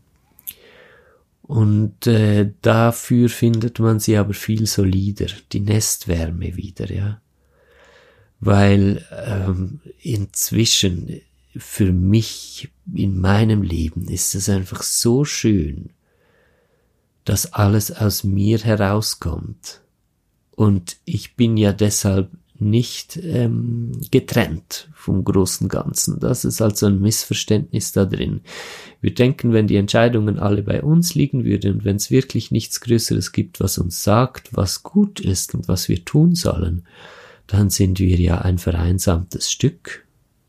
A: Und äh, dafür findet man sie aber viel solider, die Nestwärme wieder, ja, weil ähm, inzwischen für mich in meinem Leben ist es einfach so schön, dass alles aus mir herauskommt. Und ich bin ja deshalb nicht ähm, getrennt vom großen Ganzen. Das ist also ein Missverständnis da drin. Wir denken, wenn die Entscheidungen alle bei uns liegen würden und wenn es wirklich nichts Größeres gibt, was uns sagt, was gut ist und was wir tun sollen, dann sind wir ja ein vereinsamtes Stück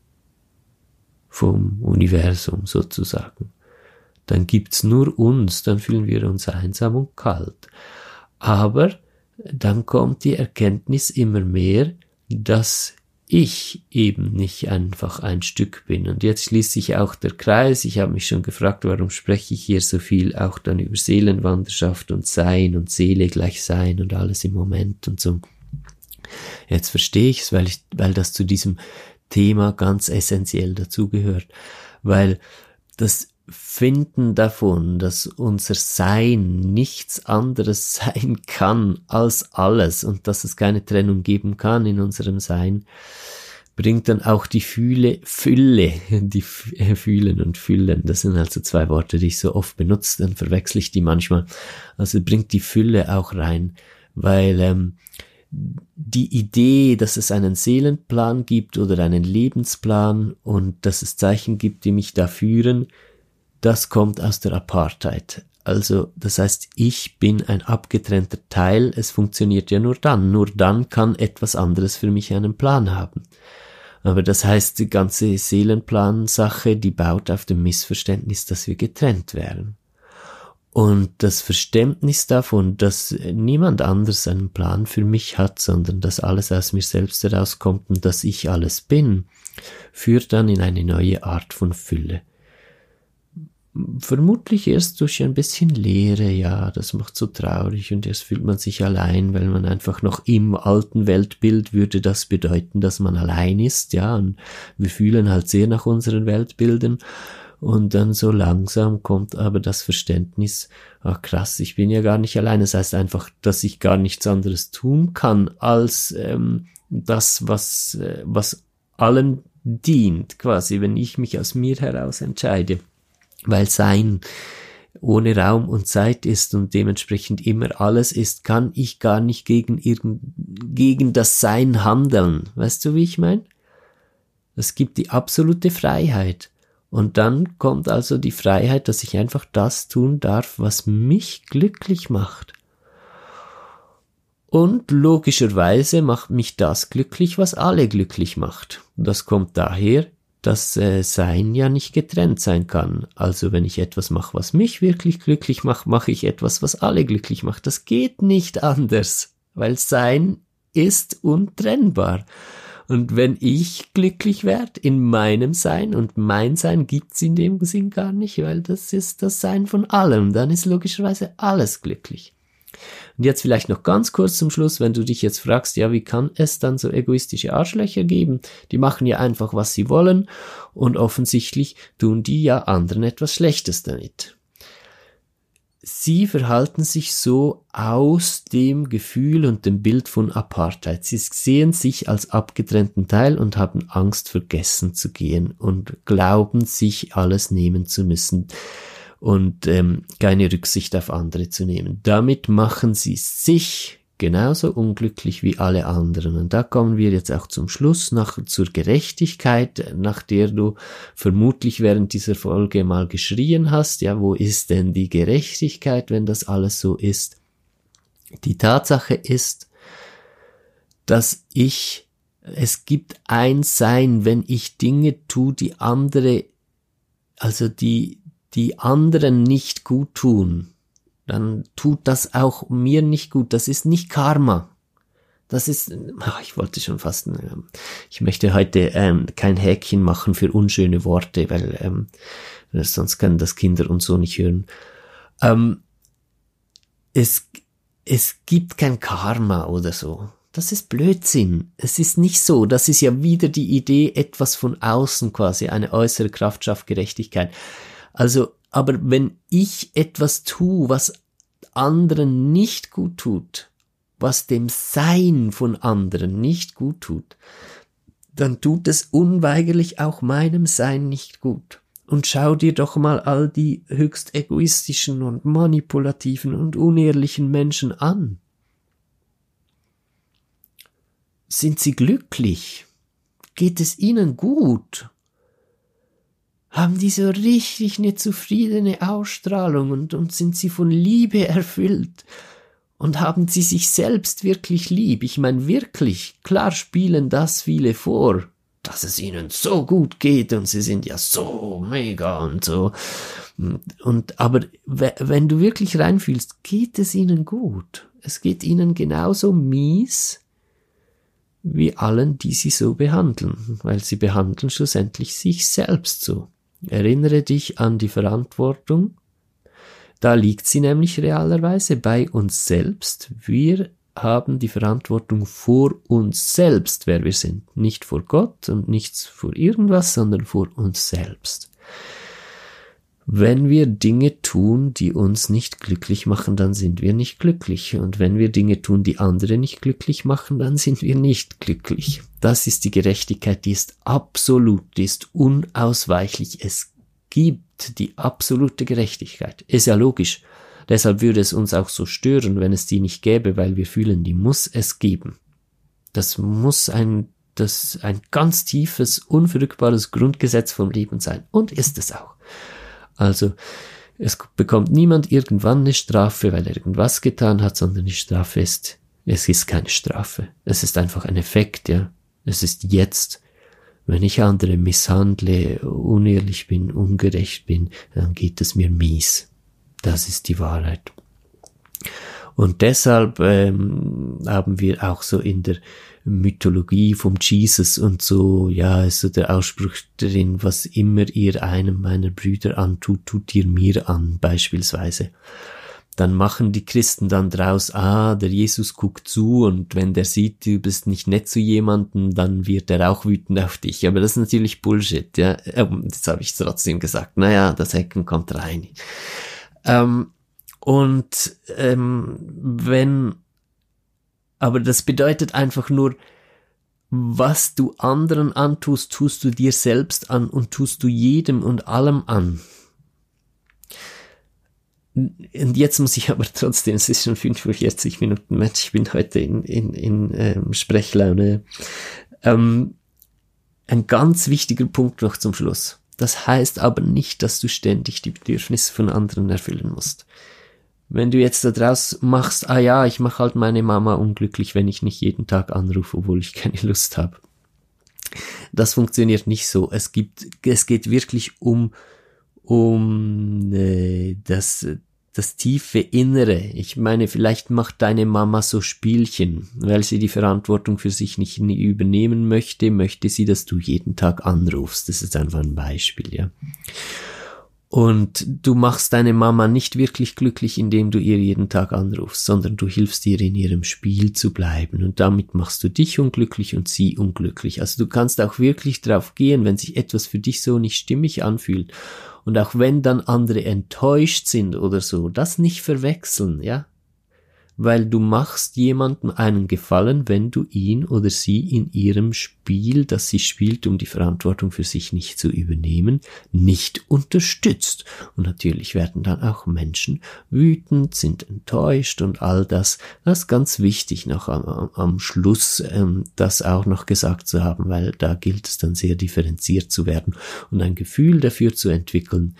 A: vom Universum sozusagen. Dann gibt's nur uns, dann fühlen wir uns einsam und kalt. Aber dann kommt die Erkenntnis immer mehr, dass ich eben nicht einfach ein Stück bin. Und jetzt schließt sich auch der Kreis. Ich habe mich schon gefragt, warum spreche ich hier so viel auch dann über Seelenwanderschaft und Sein und Seele gleich Sein und alles im Moment und so. Jetzt verstehe ich es, weil ich, weil das zu diesem Thema ganz essentiell dazugehört, weil das Finden davon, dass unser Sein nichts anderes sein kann als alles und dass es keine Trennung geben kann in unserem Sein, bringt dann auch die Fühle, Fülle, die Fühlen und Füllen, das sind also zwei Worte, die ich so oft benutze, dann verwechsel ich die manchmal, also bringt die Fülle auch rein, weil ähm, die Idee, dass es einen Seelenplan gibt oder einen Lebensplan und dass es Zeichen gibt, die mich da führen, das kommt aus der Apartheid. Also, das heißt, ich bin ein abgetrennter Teil, es funktioniert ja nur dann, nur dann kann etwas anderes für mich einen Plan haben. Aber das heißt, die ganze Seelenplan-Sache, die baut auf dem Missverständnis, dass wir getrennt wären. Und das Verständnis davon, dass niemand anders einen Plan für mich hat, sondern dass alles aus mir selbst herauskommt und dass ich alles bin, führt dann in eine neue Art von Fülle. Vermutlich erst durch ein bisschen Leere, ja, das macht so traurig und erst fühlt man sich allein, weil man einfach noch im alten Weltbild würde das bedeuten, dass man allein ist, ja, und wir fühlen halt sehr nach unseren Weltbildern und dann so langsam kommt aber das Verständnis, ach krass, ich bin ja gar nicht allein, das heißt einfach, dass ich gar nichts anderes tun kann, als ähm, das, was, äh, was allen dient, quasi, wenn ich mich aus mir heraus entscheide. Weil Sein ohne Raum und Zeit ist und dementsprechend immer alles ist, kann ich gar nicht gegen irgend, gegen das Sein handeln. Weißt du, wie ich meine? Es gibt die absolute Freiheit. Und dann kommt also die Freiheit, dass ich einfach das tun darf, was mich glücklich macht. Und logischerweise macht mich das glücklich, was alle glücklich macht. Und das kommt daher, dass äh, Sein ja nicht getrennt sein kann. Also wenn ich etwas mache, was mich wirklich glücklich macht, mache ich etwas, was alle glücklich macht. Das geht nicht anders, weil Sein ist untrennbar. Und wenn ich glücklich werde in meinem Sein, und mein Sein gibt's in dem Sinn gar nicht, weil das ist das Sein von allem, dann ist logischerweise alles glücklich. Und jetzt vielleicht noch ganz kurz zum Schluss, wenn du dich jetzt fragst, ja, wie kann es dann so egoistische Arschlöcher geben? Die machen ja einfach, was sie wollen und offensichtlich tun die ja anderen etwas Schlechtes damit. Sie verhalten sich so aus dem Gefühl und dem Bild von Apartheid. Sie sehen sich als abgetrennten Teil und haben Angst, vergessen zu gehen und glauben, sich alles nehmen zu müssen und ähm, keine Rücksicht auf andere zu nehmen. Damit machen sie sich genauso unglücklich wie alle anderen. Und da kommen wir jetzt auch zum Schluss, nach, zur Gerechtigkeit, nach der du vermutlich während dieser Folge mal geschrien hast. Ja, wo ist denn die Gerechtigkeit, wenn das alles so ist? Die Tatsache ist, dass ich, es gibt ein Sein, wenn ich Dinge tue, die andere, also die die anderen nicht gut tun, dann tut das auch mir nicht gut. Das ist nicht Karma. Das ist, ach, ich wollte schon fast, ähm, ich möchte heute ähm, kein Häkchen machen für unschöne Worte, weil ähm, sonst können das Kinder und so nicht hören. Ähm, es, es gibt kein Karma oder so. Das ist Blödsinn. Es ist nicht so. Das ist ja wieder die Idee, etwas von außen quasi, eine äußere Kraft schafft Gerechtigkeit. Also, aber wenn ich etwas tue, was anderen nicht gut tut, was dem Sein von anderen nicht gut tut, dann tut es unweigerlich auch meinem Sein nicht gut. Und schau dir doch mal all die höchst egoistischen und manipulativen und unehrlichen Menschen an. Sind sie glücklich? Geht es ihnen gut? Haben die so richtig eine zufriedene Ausstrahlung und, und sind sie von Liebe erfüllt? Und haben sie sich selbst wirklich lieb? Ich meine wirklich, klar spielen das viele vor, dass es ihnen so gut geht und sie sind ja so mega und so. Und, aber wenn du wirklich reinfühlst, geht es ihnen gut. Es geht ihnen genauso mies wie allen, die sie so behandeln, weil sie behandeln schlussendlich sich selbst so. Erinnere dich an die Verantwortung. Da liegt sie nämlich realerweise bei uns selbst. Wir haben die Verantwortung vor uns selbst, wer wir sind. Nicht vor Gott und nichts vor irgendwas, sondern vor uns selbst. Wenn wir Dinge tun, die uns nicht glücklich machen, dann sind wir nicht glücklich. Und wenn wir Dinge tun, die andere nicht glücklich machen, dann sind wir nicht glücklich. Das ist die Gerechtigkeit, die ist absolut, die ist unausweichlich. Es gibt die absolute Gerechtigkeit. Ist ja logisch. Deshalb würde es uns auch so stören, wenn es die nicht gäbe, weil wir fühlen, die muss es geben. Das muss ein, das ein ganz tiefes, unverrückbares Grundgesetz vom Leben sein. Und ist es auch. Also, es bekommt niemand irgendwann eine Strafe, weil er irgendwas getan hat, sondern die Strafe ist, es ist keine Strafe. Es ist einfach ein Effekt, ja. Es ist jetzt. Wenn ich andere misshandle, unehrlich bin, ungerecht bin, dann geht es mir mies. Das ist die Wahrheit. Und deshalb ähm, haben wir auch so in der Mythologie vom Jesus und so, ja, ist so der Ausspruch drin, was immer ihr einem meiner Brüder antut, tut ihr mir an, beispielsweise. Dann machen die Christen dann draus, ah, der Jesus guckt zu und wenn der sieht, du bist nicht nett zu jemandem, dann wird er auch wütend auf dich. Aber das ist natürlich Bullshit, ja. Jetzt habe ich trotzdem gesagt, naja, das Hecken kommt rein. Ähm, und ähm, wenn, aber das bedeutet einfach nur, was du anderen antust, tust du dir selbst an und tust du jedem und allem an. Und jetzt muss ich aber trotzdem, es ist schon fünfundvierzig Minuten, Mensch, ich bin heute in, in, in ähm, Sprechlaune. Ähm, ein ganz wichtiger Punkt noch zum Schluss. Das heißt aber nicht, dass du ständig die Bedürfnisse von anderen erfüllen musst. Wenn du jetzt daraus machst, ah ja, ich mache halt meine Mama unglücklich, wenn ich nicht jeden Tag anrufe, obwohl ich keine Lust habe. Das funktioniert nicht so. Es gibt, es geht wirklich um um äh, das das tiefe Innere. Ich meine, vielleicht macht deine Mama so Spielchen, weil sie die Verantwortung für sich nicht übernehmen möchte, möchte sie, dass du jeden Tag anrufst. Das ist einfach ein Beispiel, ja. Und du machst deine Mama nicht wirklich glücklich, indem du ihr jeden Tag anrufst, sondern du hilfst ihr in ihrem Spiel zu bleiben und damit machst du dich unglücklich und sie unglücklich. Also du kannst auch wirklich drauf gehen, wenn sich etwas für dich so nicht stimmig anfühlt und auch wenn dann andere enttäuscht sind oder so, das nicht verwechseln, ja? Weil du machst jemandem einen Gefallen, wenn du ihn oder sie in ihrem Spiel, das sie spielt, um die Verantwortung für sich nicht zu übernehmen, nicht unterstützt. Und natürlich werden dann auch Menschen wütend, sind enttäuscht und all das. Das ist ganz wichtig noch am, am Schluss, ähm, das auch noch gesagt zu haben, weil da gilt es dann sehr differenziert zu werden und ein Gefühl dafür zu entwickeln,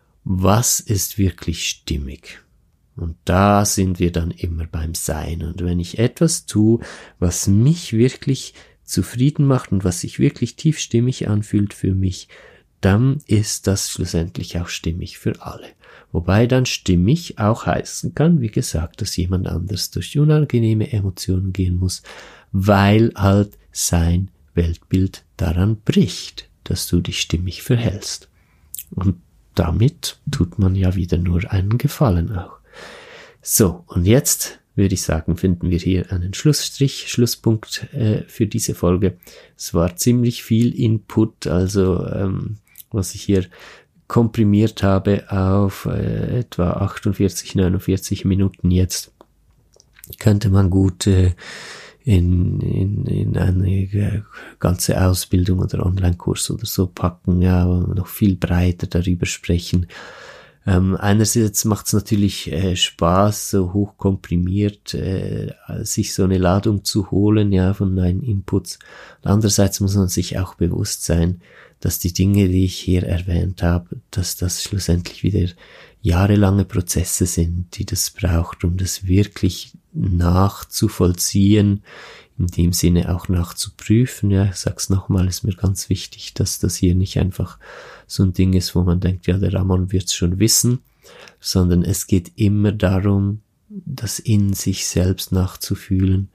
A: was ist wirklich stimmig. Und da sind wir dann immer beim Sein. Und wenn ich etwas tue, was mich wirklich zufrieden macht und was sich wirklich tiefstimmig anfühlt für mich, dann ist das schlussendlich auch stimmig für alle. Wobei dann stimmig auch heißen kann, wie gesagt, dass jemand anders durch unangenehme Emotionen gehen muss, weil halt sein Weltbild daran bricht, dass du dich stimmig verhältst. Und damit tut man ja wieder nur einen Gefallen auch. So, und jetzt würde ich sagen, finden wir hier einen Schlussstrich, Schlusspunkt äh, für diese Folge. Es war ziemlich viel Input, also ähm, was ich hier komprimiert habe auf äh, etwa achtundvierzig, neunundvierzig Minuten jetzt. Könnte man gut äh, in, in, in eine ganze Ausbildung oder Online-Kurs oder so packen, ja, noch viel breiter darüber sprechen. Ähm, einerseits macht es natürlich äh, Spaß, so hochkomprimiert äh, sich so eine Ladung zu holen, ja, von deinen Inputs. Andererseits muss man sich auch bewusst sein, dass die Dinge, die ich hier erwähnt habe, dass das schlussendlich wieder jahrelange Prozesse sind, die das braucht, um das wirklich nachzuvollziehen, in dem Sinne auch nachzuprüfen. Ja, ich sag's nochmal, ist mir ganz wichtig, dass das hier nicht einfach so ein Ding ist, wo man denkt, ja, der Ramon wird's schon wissen, sondern es geht immer darum, das in sich selbst nachzufühlen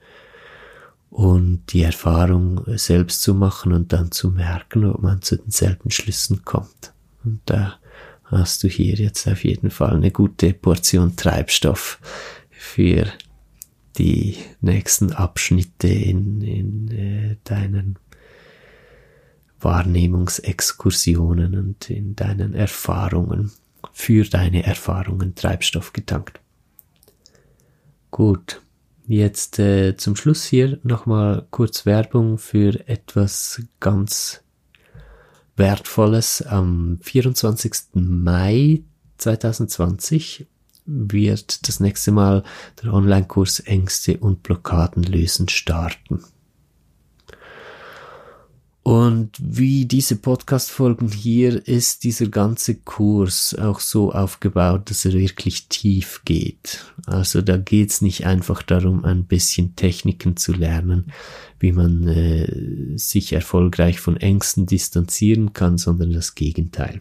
A: und die Erfahrung selbst zu machen und dann zu merken, ob man zu denselben Schlüssen kommt. Und da hast du hier jetzt auf jeden Fall eine gute Portion Treibstoff für die nächsten Abschnitte in, in äh, deinen Wahrnehmungsexkursionen und in deinen Erfahrungen, für deine Erfahrungen Treibstoff getankt. Gut, jetzt äh, zum Schluss hier nochmal kurz Werbung für etwas ganz Wertvolles. Am vierundzwanzigsten Mai zweitausendzwanzig wird das nächste Mal der Online-Kurs Ängste und Blockaden lösen starten. Und wie diese Podcast-Folgen hier ist dieser ganze Kurs auch so aufgebaut, dass er wirklich tief geht. Also da geht's nicht einfach darum, ein bisschen Techniken zu lernen, wie man äh, sich erfolgreich von Ängsten distanzieren kann, sondern das Gegenteil.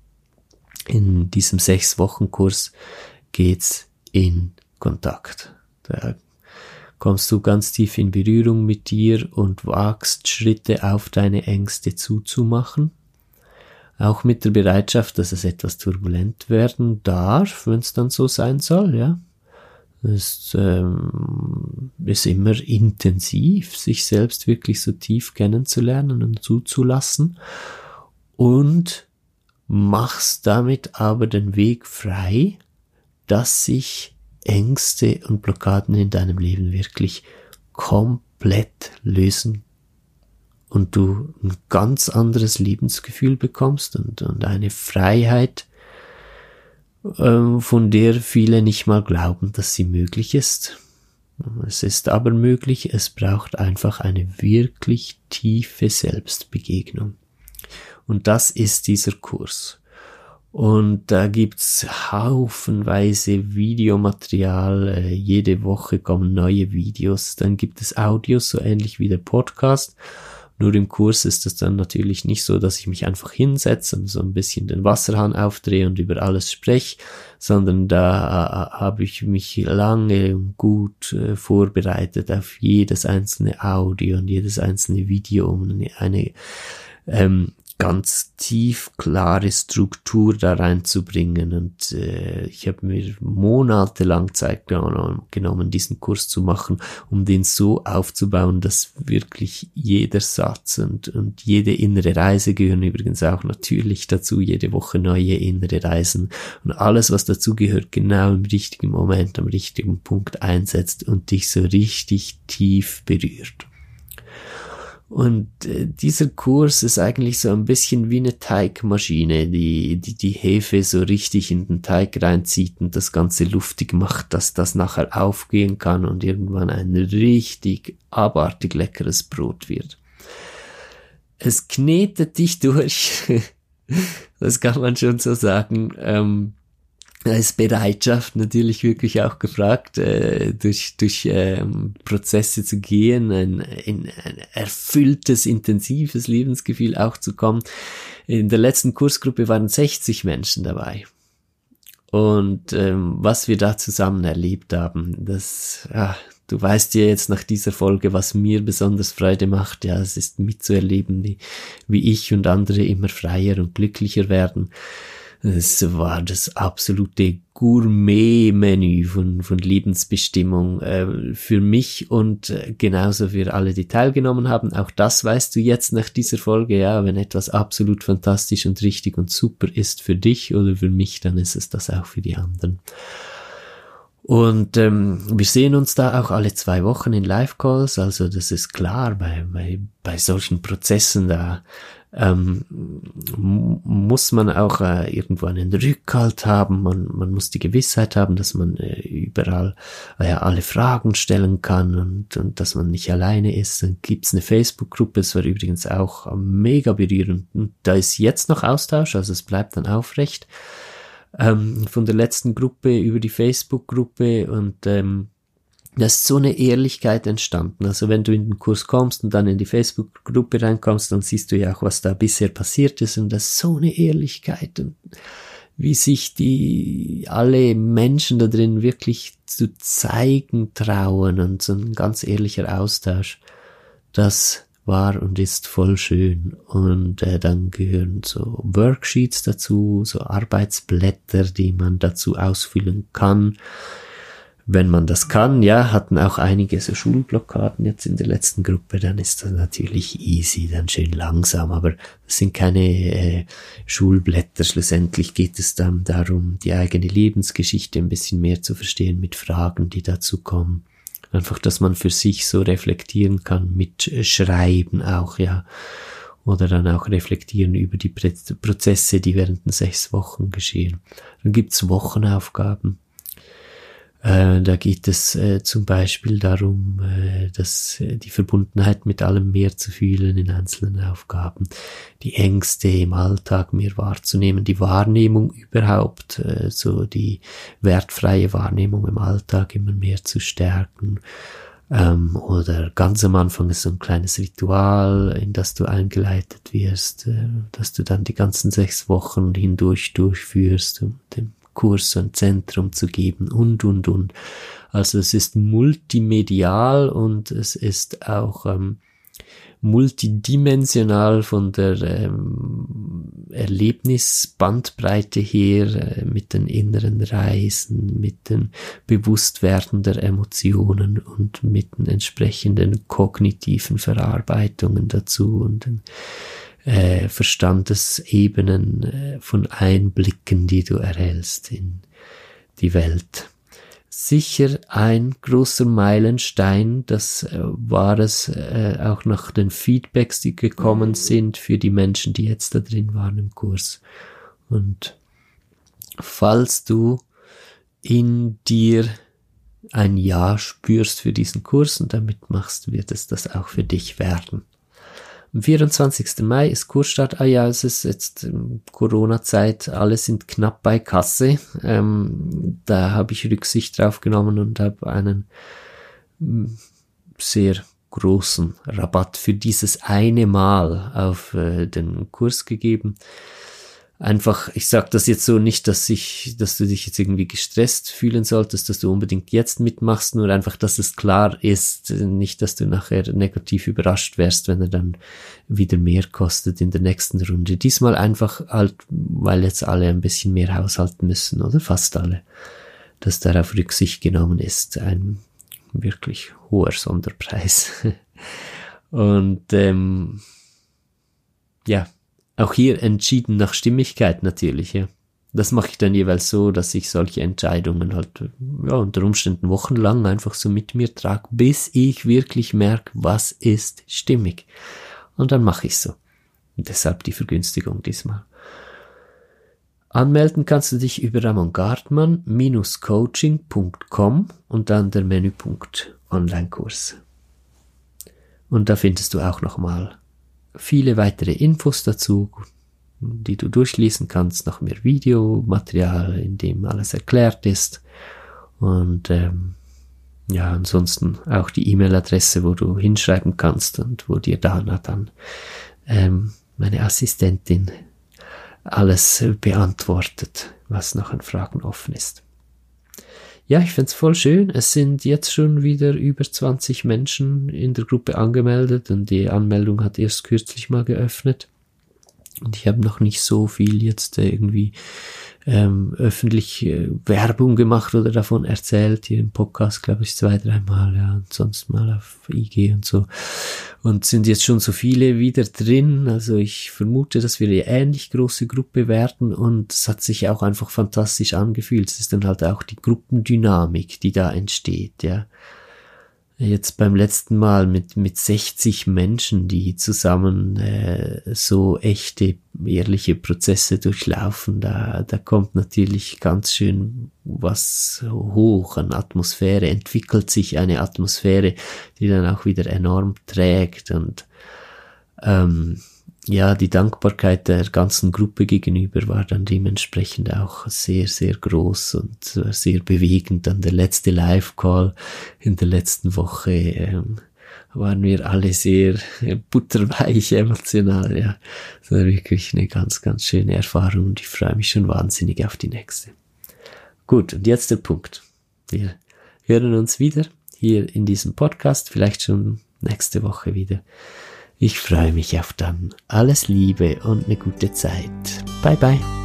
A: In diesem sechs Wochen Kurs geht's in Kontakt. Da kommst du ganz tief in Berührung mit dir und wagst Schritte auf deine Ängste zuzumachen. Auch mit der Bereitschaft, dass es etwas turbulent werden darf, wenn es dann so sein soll, ja. Es ähm, ist immer intensiv, sich selbst wirklich so tief kennenzulernen und zuzulassen, und machst damit aber den Weg frei, dass sich Ängste und Blockaden in deinem Leben wirklich komplett lösen und du ein ganz anderes Lebensgefühl bekommst und, und eine Freiheit, von der viele nicht mal glauben, dass sie möglich ist. Es ist aber möglich, es braucht einfach eine wirklich tiefe Selbstbegegnung. Und das ist dieser Kurs. Und da gibt's haufenweise Videomaterial, jede Woche kommen neue Videos, dann gibt es Audios, so ähnlich wie der Podcast. Nur im Kurs ist es dann natürlich nicht so, dass ich mich einfach hinsetze und so ein bisschen den Wasserhahn aufdrehe und über alles spreche, sondern da äh, habe ich mich lange und gut äh, vorbereitet auf jedes einzelne Audio und jedes einzelne Video, um eine, eine ähm, ganz tief klare Struktur da reinzubringen. Und äh, ich habe mir monatelang Zeit genommen, diesen Kurs zu machen, um den so aufzubauen, dass wirklich jeder Satz und, und jede innere Reise gehören übrigens auch natürlich dazu, jede Woche neue innere Reisen, und alles, was dazu gehört, genau im richtigen Moment, am richtigen Punkt einsetzt und dich so richtig tief berührt. Und äh, dieser Kurs ist eigentlich so ein bisschen wie eine Teigmaschine, die, die die Hefe so richtig in den Teig reinzieht und das Ganze luftig macht, dass das nachher aufgehen kann und irgendwann ein richtig abartig leckeres Brot wird. Es knetet dich durch, das kann man schon so sagen. Ähm, Da ist Bereitschaft natürlich wirklich auch gefragt, äh, durch durch ähm, Prozesse zu gehen, ein, in ein erfülltes, intensives Lebensgefühl auch zu kommen. In der letzten Kursgruppe waren sechzig Menschen dabei. Und ähm, was wir da zusammen erlebt haben, das, ja, du weißt ja jetzt nach dieser Folge, was mir besonders Freude macht. Ja, es ist mitzuerleben, wie, wie ich und andere immer freier und glücklicher werden. Es war das absolute Gourmet-Menü von, von Lebensbestimmung äh, für mich und äh, genauso für alle, die teilgenommen haben. Auch das weißt du jetzt nach dieser Folge, ja, wenn etwas absolut fantastisch und richtig und super ist für dich oder für mich, dann ist es das auch für die anderen. Und ähm, wir sehen uns da auch alle zwei Wochen in Live-Calls, also das ist klar, bei, bei, bei solchen Prozessen da ähm, muss man auch äh, irgendwo einen Rückhalt haben, man, man muss die Gewissheit haben, dass man äh, überall äh, alle Fragen stellen kann und, und dass man nicht alleine ist. Dann gibt's eine Facebook-Gruppe, es war übrigens auch mega berührend, und da ist jetzt noch Austausch, also es bleibt dann aufrecht. Ähm, von der letzten Gruppe über die Facebook-Gruppe, und ähm, da ist so eine Ehrlichkeit entstanden. Also wenn du in den Kurs kommst und dann in die Facebook-Gruppe reinkommst, dann siehst du ja auch, was da bisher passiert ist, und das ist so eine Ehrlichkeit und wie sich die alle Menschen da drin wirklich zu zeigen trauen und so ein ganz ehrlicher Austausch, das war und ist voll schön. Und äh, dann gehören so Worksheets dazu, so Arbeitsblätter, die man dazu ausfüllen kann, wenn man das kann. Ja, hatten auch einige so Schulblockaden jetzt in der letzten Gruppe, dann ist das natürlich easy, dann schön langsam, aber das sind keine äh, Schulblätter. Schlussendlich geht es dann darum, die eigene Lebensgeschichte ein bisschen mehr zu verstehen mit Fragen, die dazu kommen. Einfach, dass man für sich so reflektieren kann, mit Schreiben auch, ja. Oder dann auch reflektieren über die Prozesse, die während den sechs Wochen geschehen. Dann gibt's Wochenaufgaben. Äh, da geht es äh, zum Beispiel darum, äh, dass äh, die Verbundenheit mit allem mehr zu fühlen in einzelnen Aufgaben, die Ängste im Alltag mehr wahrzunehmen, die Wahrnehmung überhaupt, äh, so die wertfreie Wahrnehmung im Alltag immer mehr zu stärken. Ähm, oder ganz am Anfang ist so ein kleines Ritual, in das du eingeleitet wirst, äh, dass du dann die ganzen sechs Wochen hindurch durchführst, um dem Kurs, so ein Zentrum zu geben und, und, und. Also es ist multimedial und es ist auch ähm, multidimensional von der ähm, Erlebnisbandbreite her, äh, mit den inneren Reisen, mit dem Bewusstwerden der Emotionen und mit den entsprechenden kognitiven Verarbeitungen dazu und den äh, Verstandesebenen äh, von Einblicken, die du erhältst in die Welt. Sicher ein großer Meilenstein, das äh, war es äh, auch nach den Feedbacks, die gekommen sind für die Menschen, die jetzt da drin waren im Kurs. Und falls du in dir ein Ja spürst für diesen Kurs und damit machst, wird es das auch für dich werden. Am vierundzwanzigsten Mai ist Kursstart. Ah ja, es ist jetzt ähm, Corona-Zeit, alle sind knapp bei Kasse. Ähm, da habe ich Rücksicht drauf genommen und habe einen ähm, sehr großen Rabatt für dieses eine Mal auf äh, den Kurs gegeben. Einfach, ich sage das jetzt so nicht, dass ich, dass du dich jetzt irgendwie gestresst fühlen solltest, dass du unbedingt jetzt mitmachst, nur einfach, dass es klar ist, nicht, dass du nachher negativ überrascht wärst, wenn er dann wieder mehr kostet in der nächsten Runde. Diesmal einfach halt, weil jetzt alle ein bisschen mehr haushalten müssen, oder fast alle, dass darauf Rücksicht genommen ist. Ein wirklich hoher Sonderpreis. Und ähm, ja, auch hier entschieden nach Stimmigkeit natürlich, ja. Das mache ich dann jeweils so, dass ich solche Entscheidungen halt, ja, unter Umständen wochenlang einfach so mit mir trage, bis ich wirklich merke, was ist stimmig. Und dann mache ich so. Und deshalb die Vergünstigung diesmal. Anmelden kannst du dich über ramongardman Bindestrich coaching Punkt com und dann der Menüpunkt Online-Kurs. Und da findest du auch nochmal viele weitere Infos dazu, die du durchlesen kannst, noch mehr Videomaterial, in dem alles erklärt ist und ähm, ja, ansonsten auch die E-Mail-Adresse, wo du hinschreiben kannst und wo dir Dana dann, ähm, meine Assistentin, alles beantwortet, was noch an Fragen offen ist. Ja, ich find's voll schön. Es sind jetzt schon wieder über zwanzig Menschen in der Gruppe angemeldet und die Anmeldung hat erst kürzlich mal geöffnet. Und ich habe noch nicht so viel jetzt irgendwie ähm, öffentlich äh, Werbung gemacht oder davon erzählt. Hier im Podcast, glaube ich, zwei, dreimal, ja, und sonst mal auf I G und so. Und sind jetzt schon so viele wieder drin. Also ich vermute, dass wir eine ähnlich große Gruppe werden und es hat sich auch einfach fantastisch angefühlt. Es ist dann halt auch die Gruppendynamik, die da entsteht, ja. Jetzt beim letzten Mal mit mit sechzig Menschen, die zusammen äh, so echte, ehrliche Prozesse durchlaufen, da da kommt natürlich ganz schön was hoch an Atmosphäre, entwickelt sich eine Atmosphäre, die dann auch wieder enorm trägt und ähm, ja, die Dankbarkeit der ganzen Gruppe gegenüber war dann dementsprechend auch sehr, sehr groß und sehr bewegend. Dann der letzte Live-Call in der letzten Woche ähm, waren wir alle sehr äh, butterweich emotional. Ja, das war wirklich eine ganz, ganz schöne Erfahrung und ich freue mich schon wahnsinnig auf die nächste. Gut, und jetzt der Punkt. Wir hören uns wieder hier in diesem Podcast, vielleicht schon nächste Woche wieder. Ich freue mich auf dann. Alles Liebe und eine gute Zeit. Bye bye.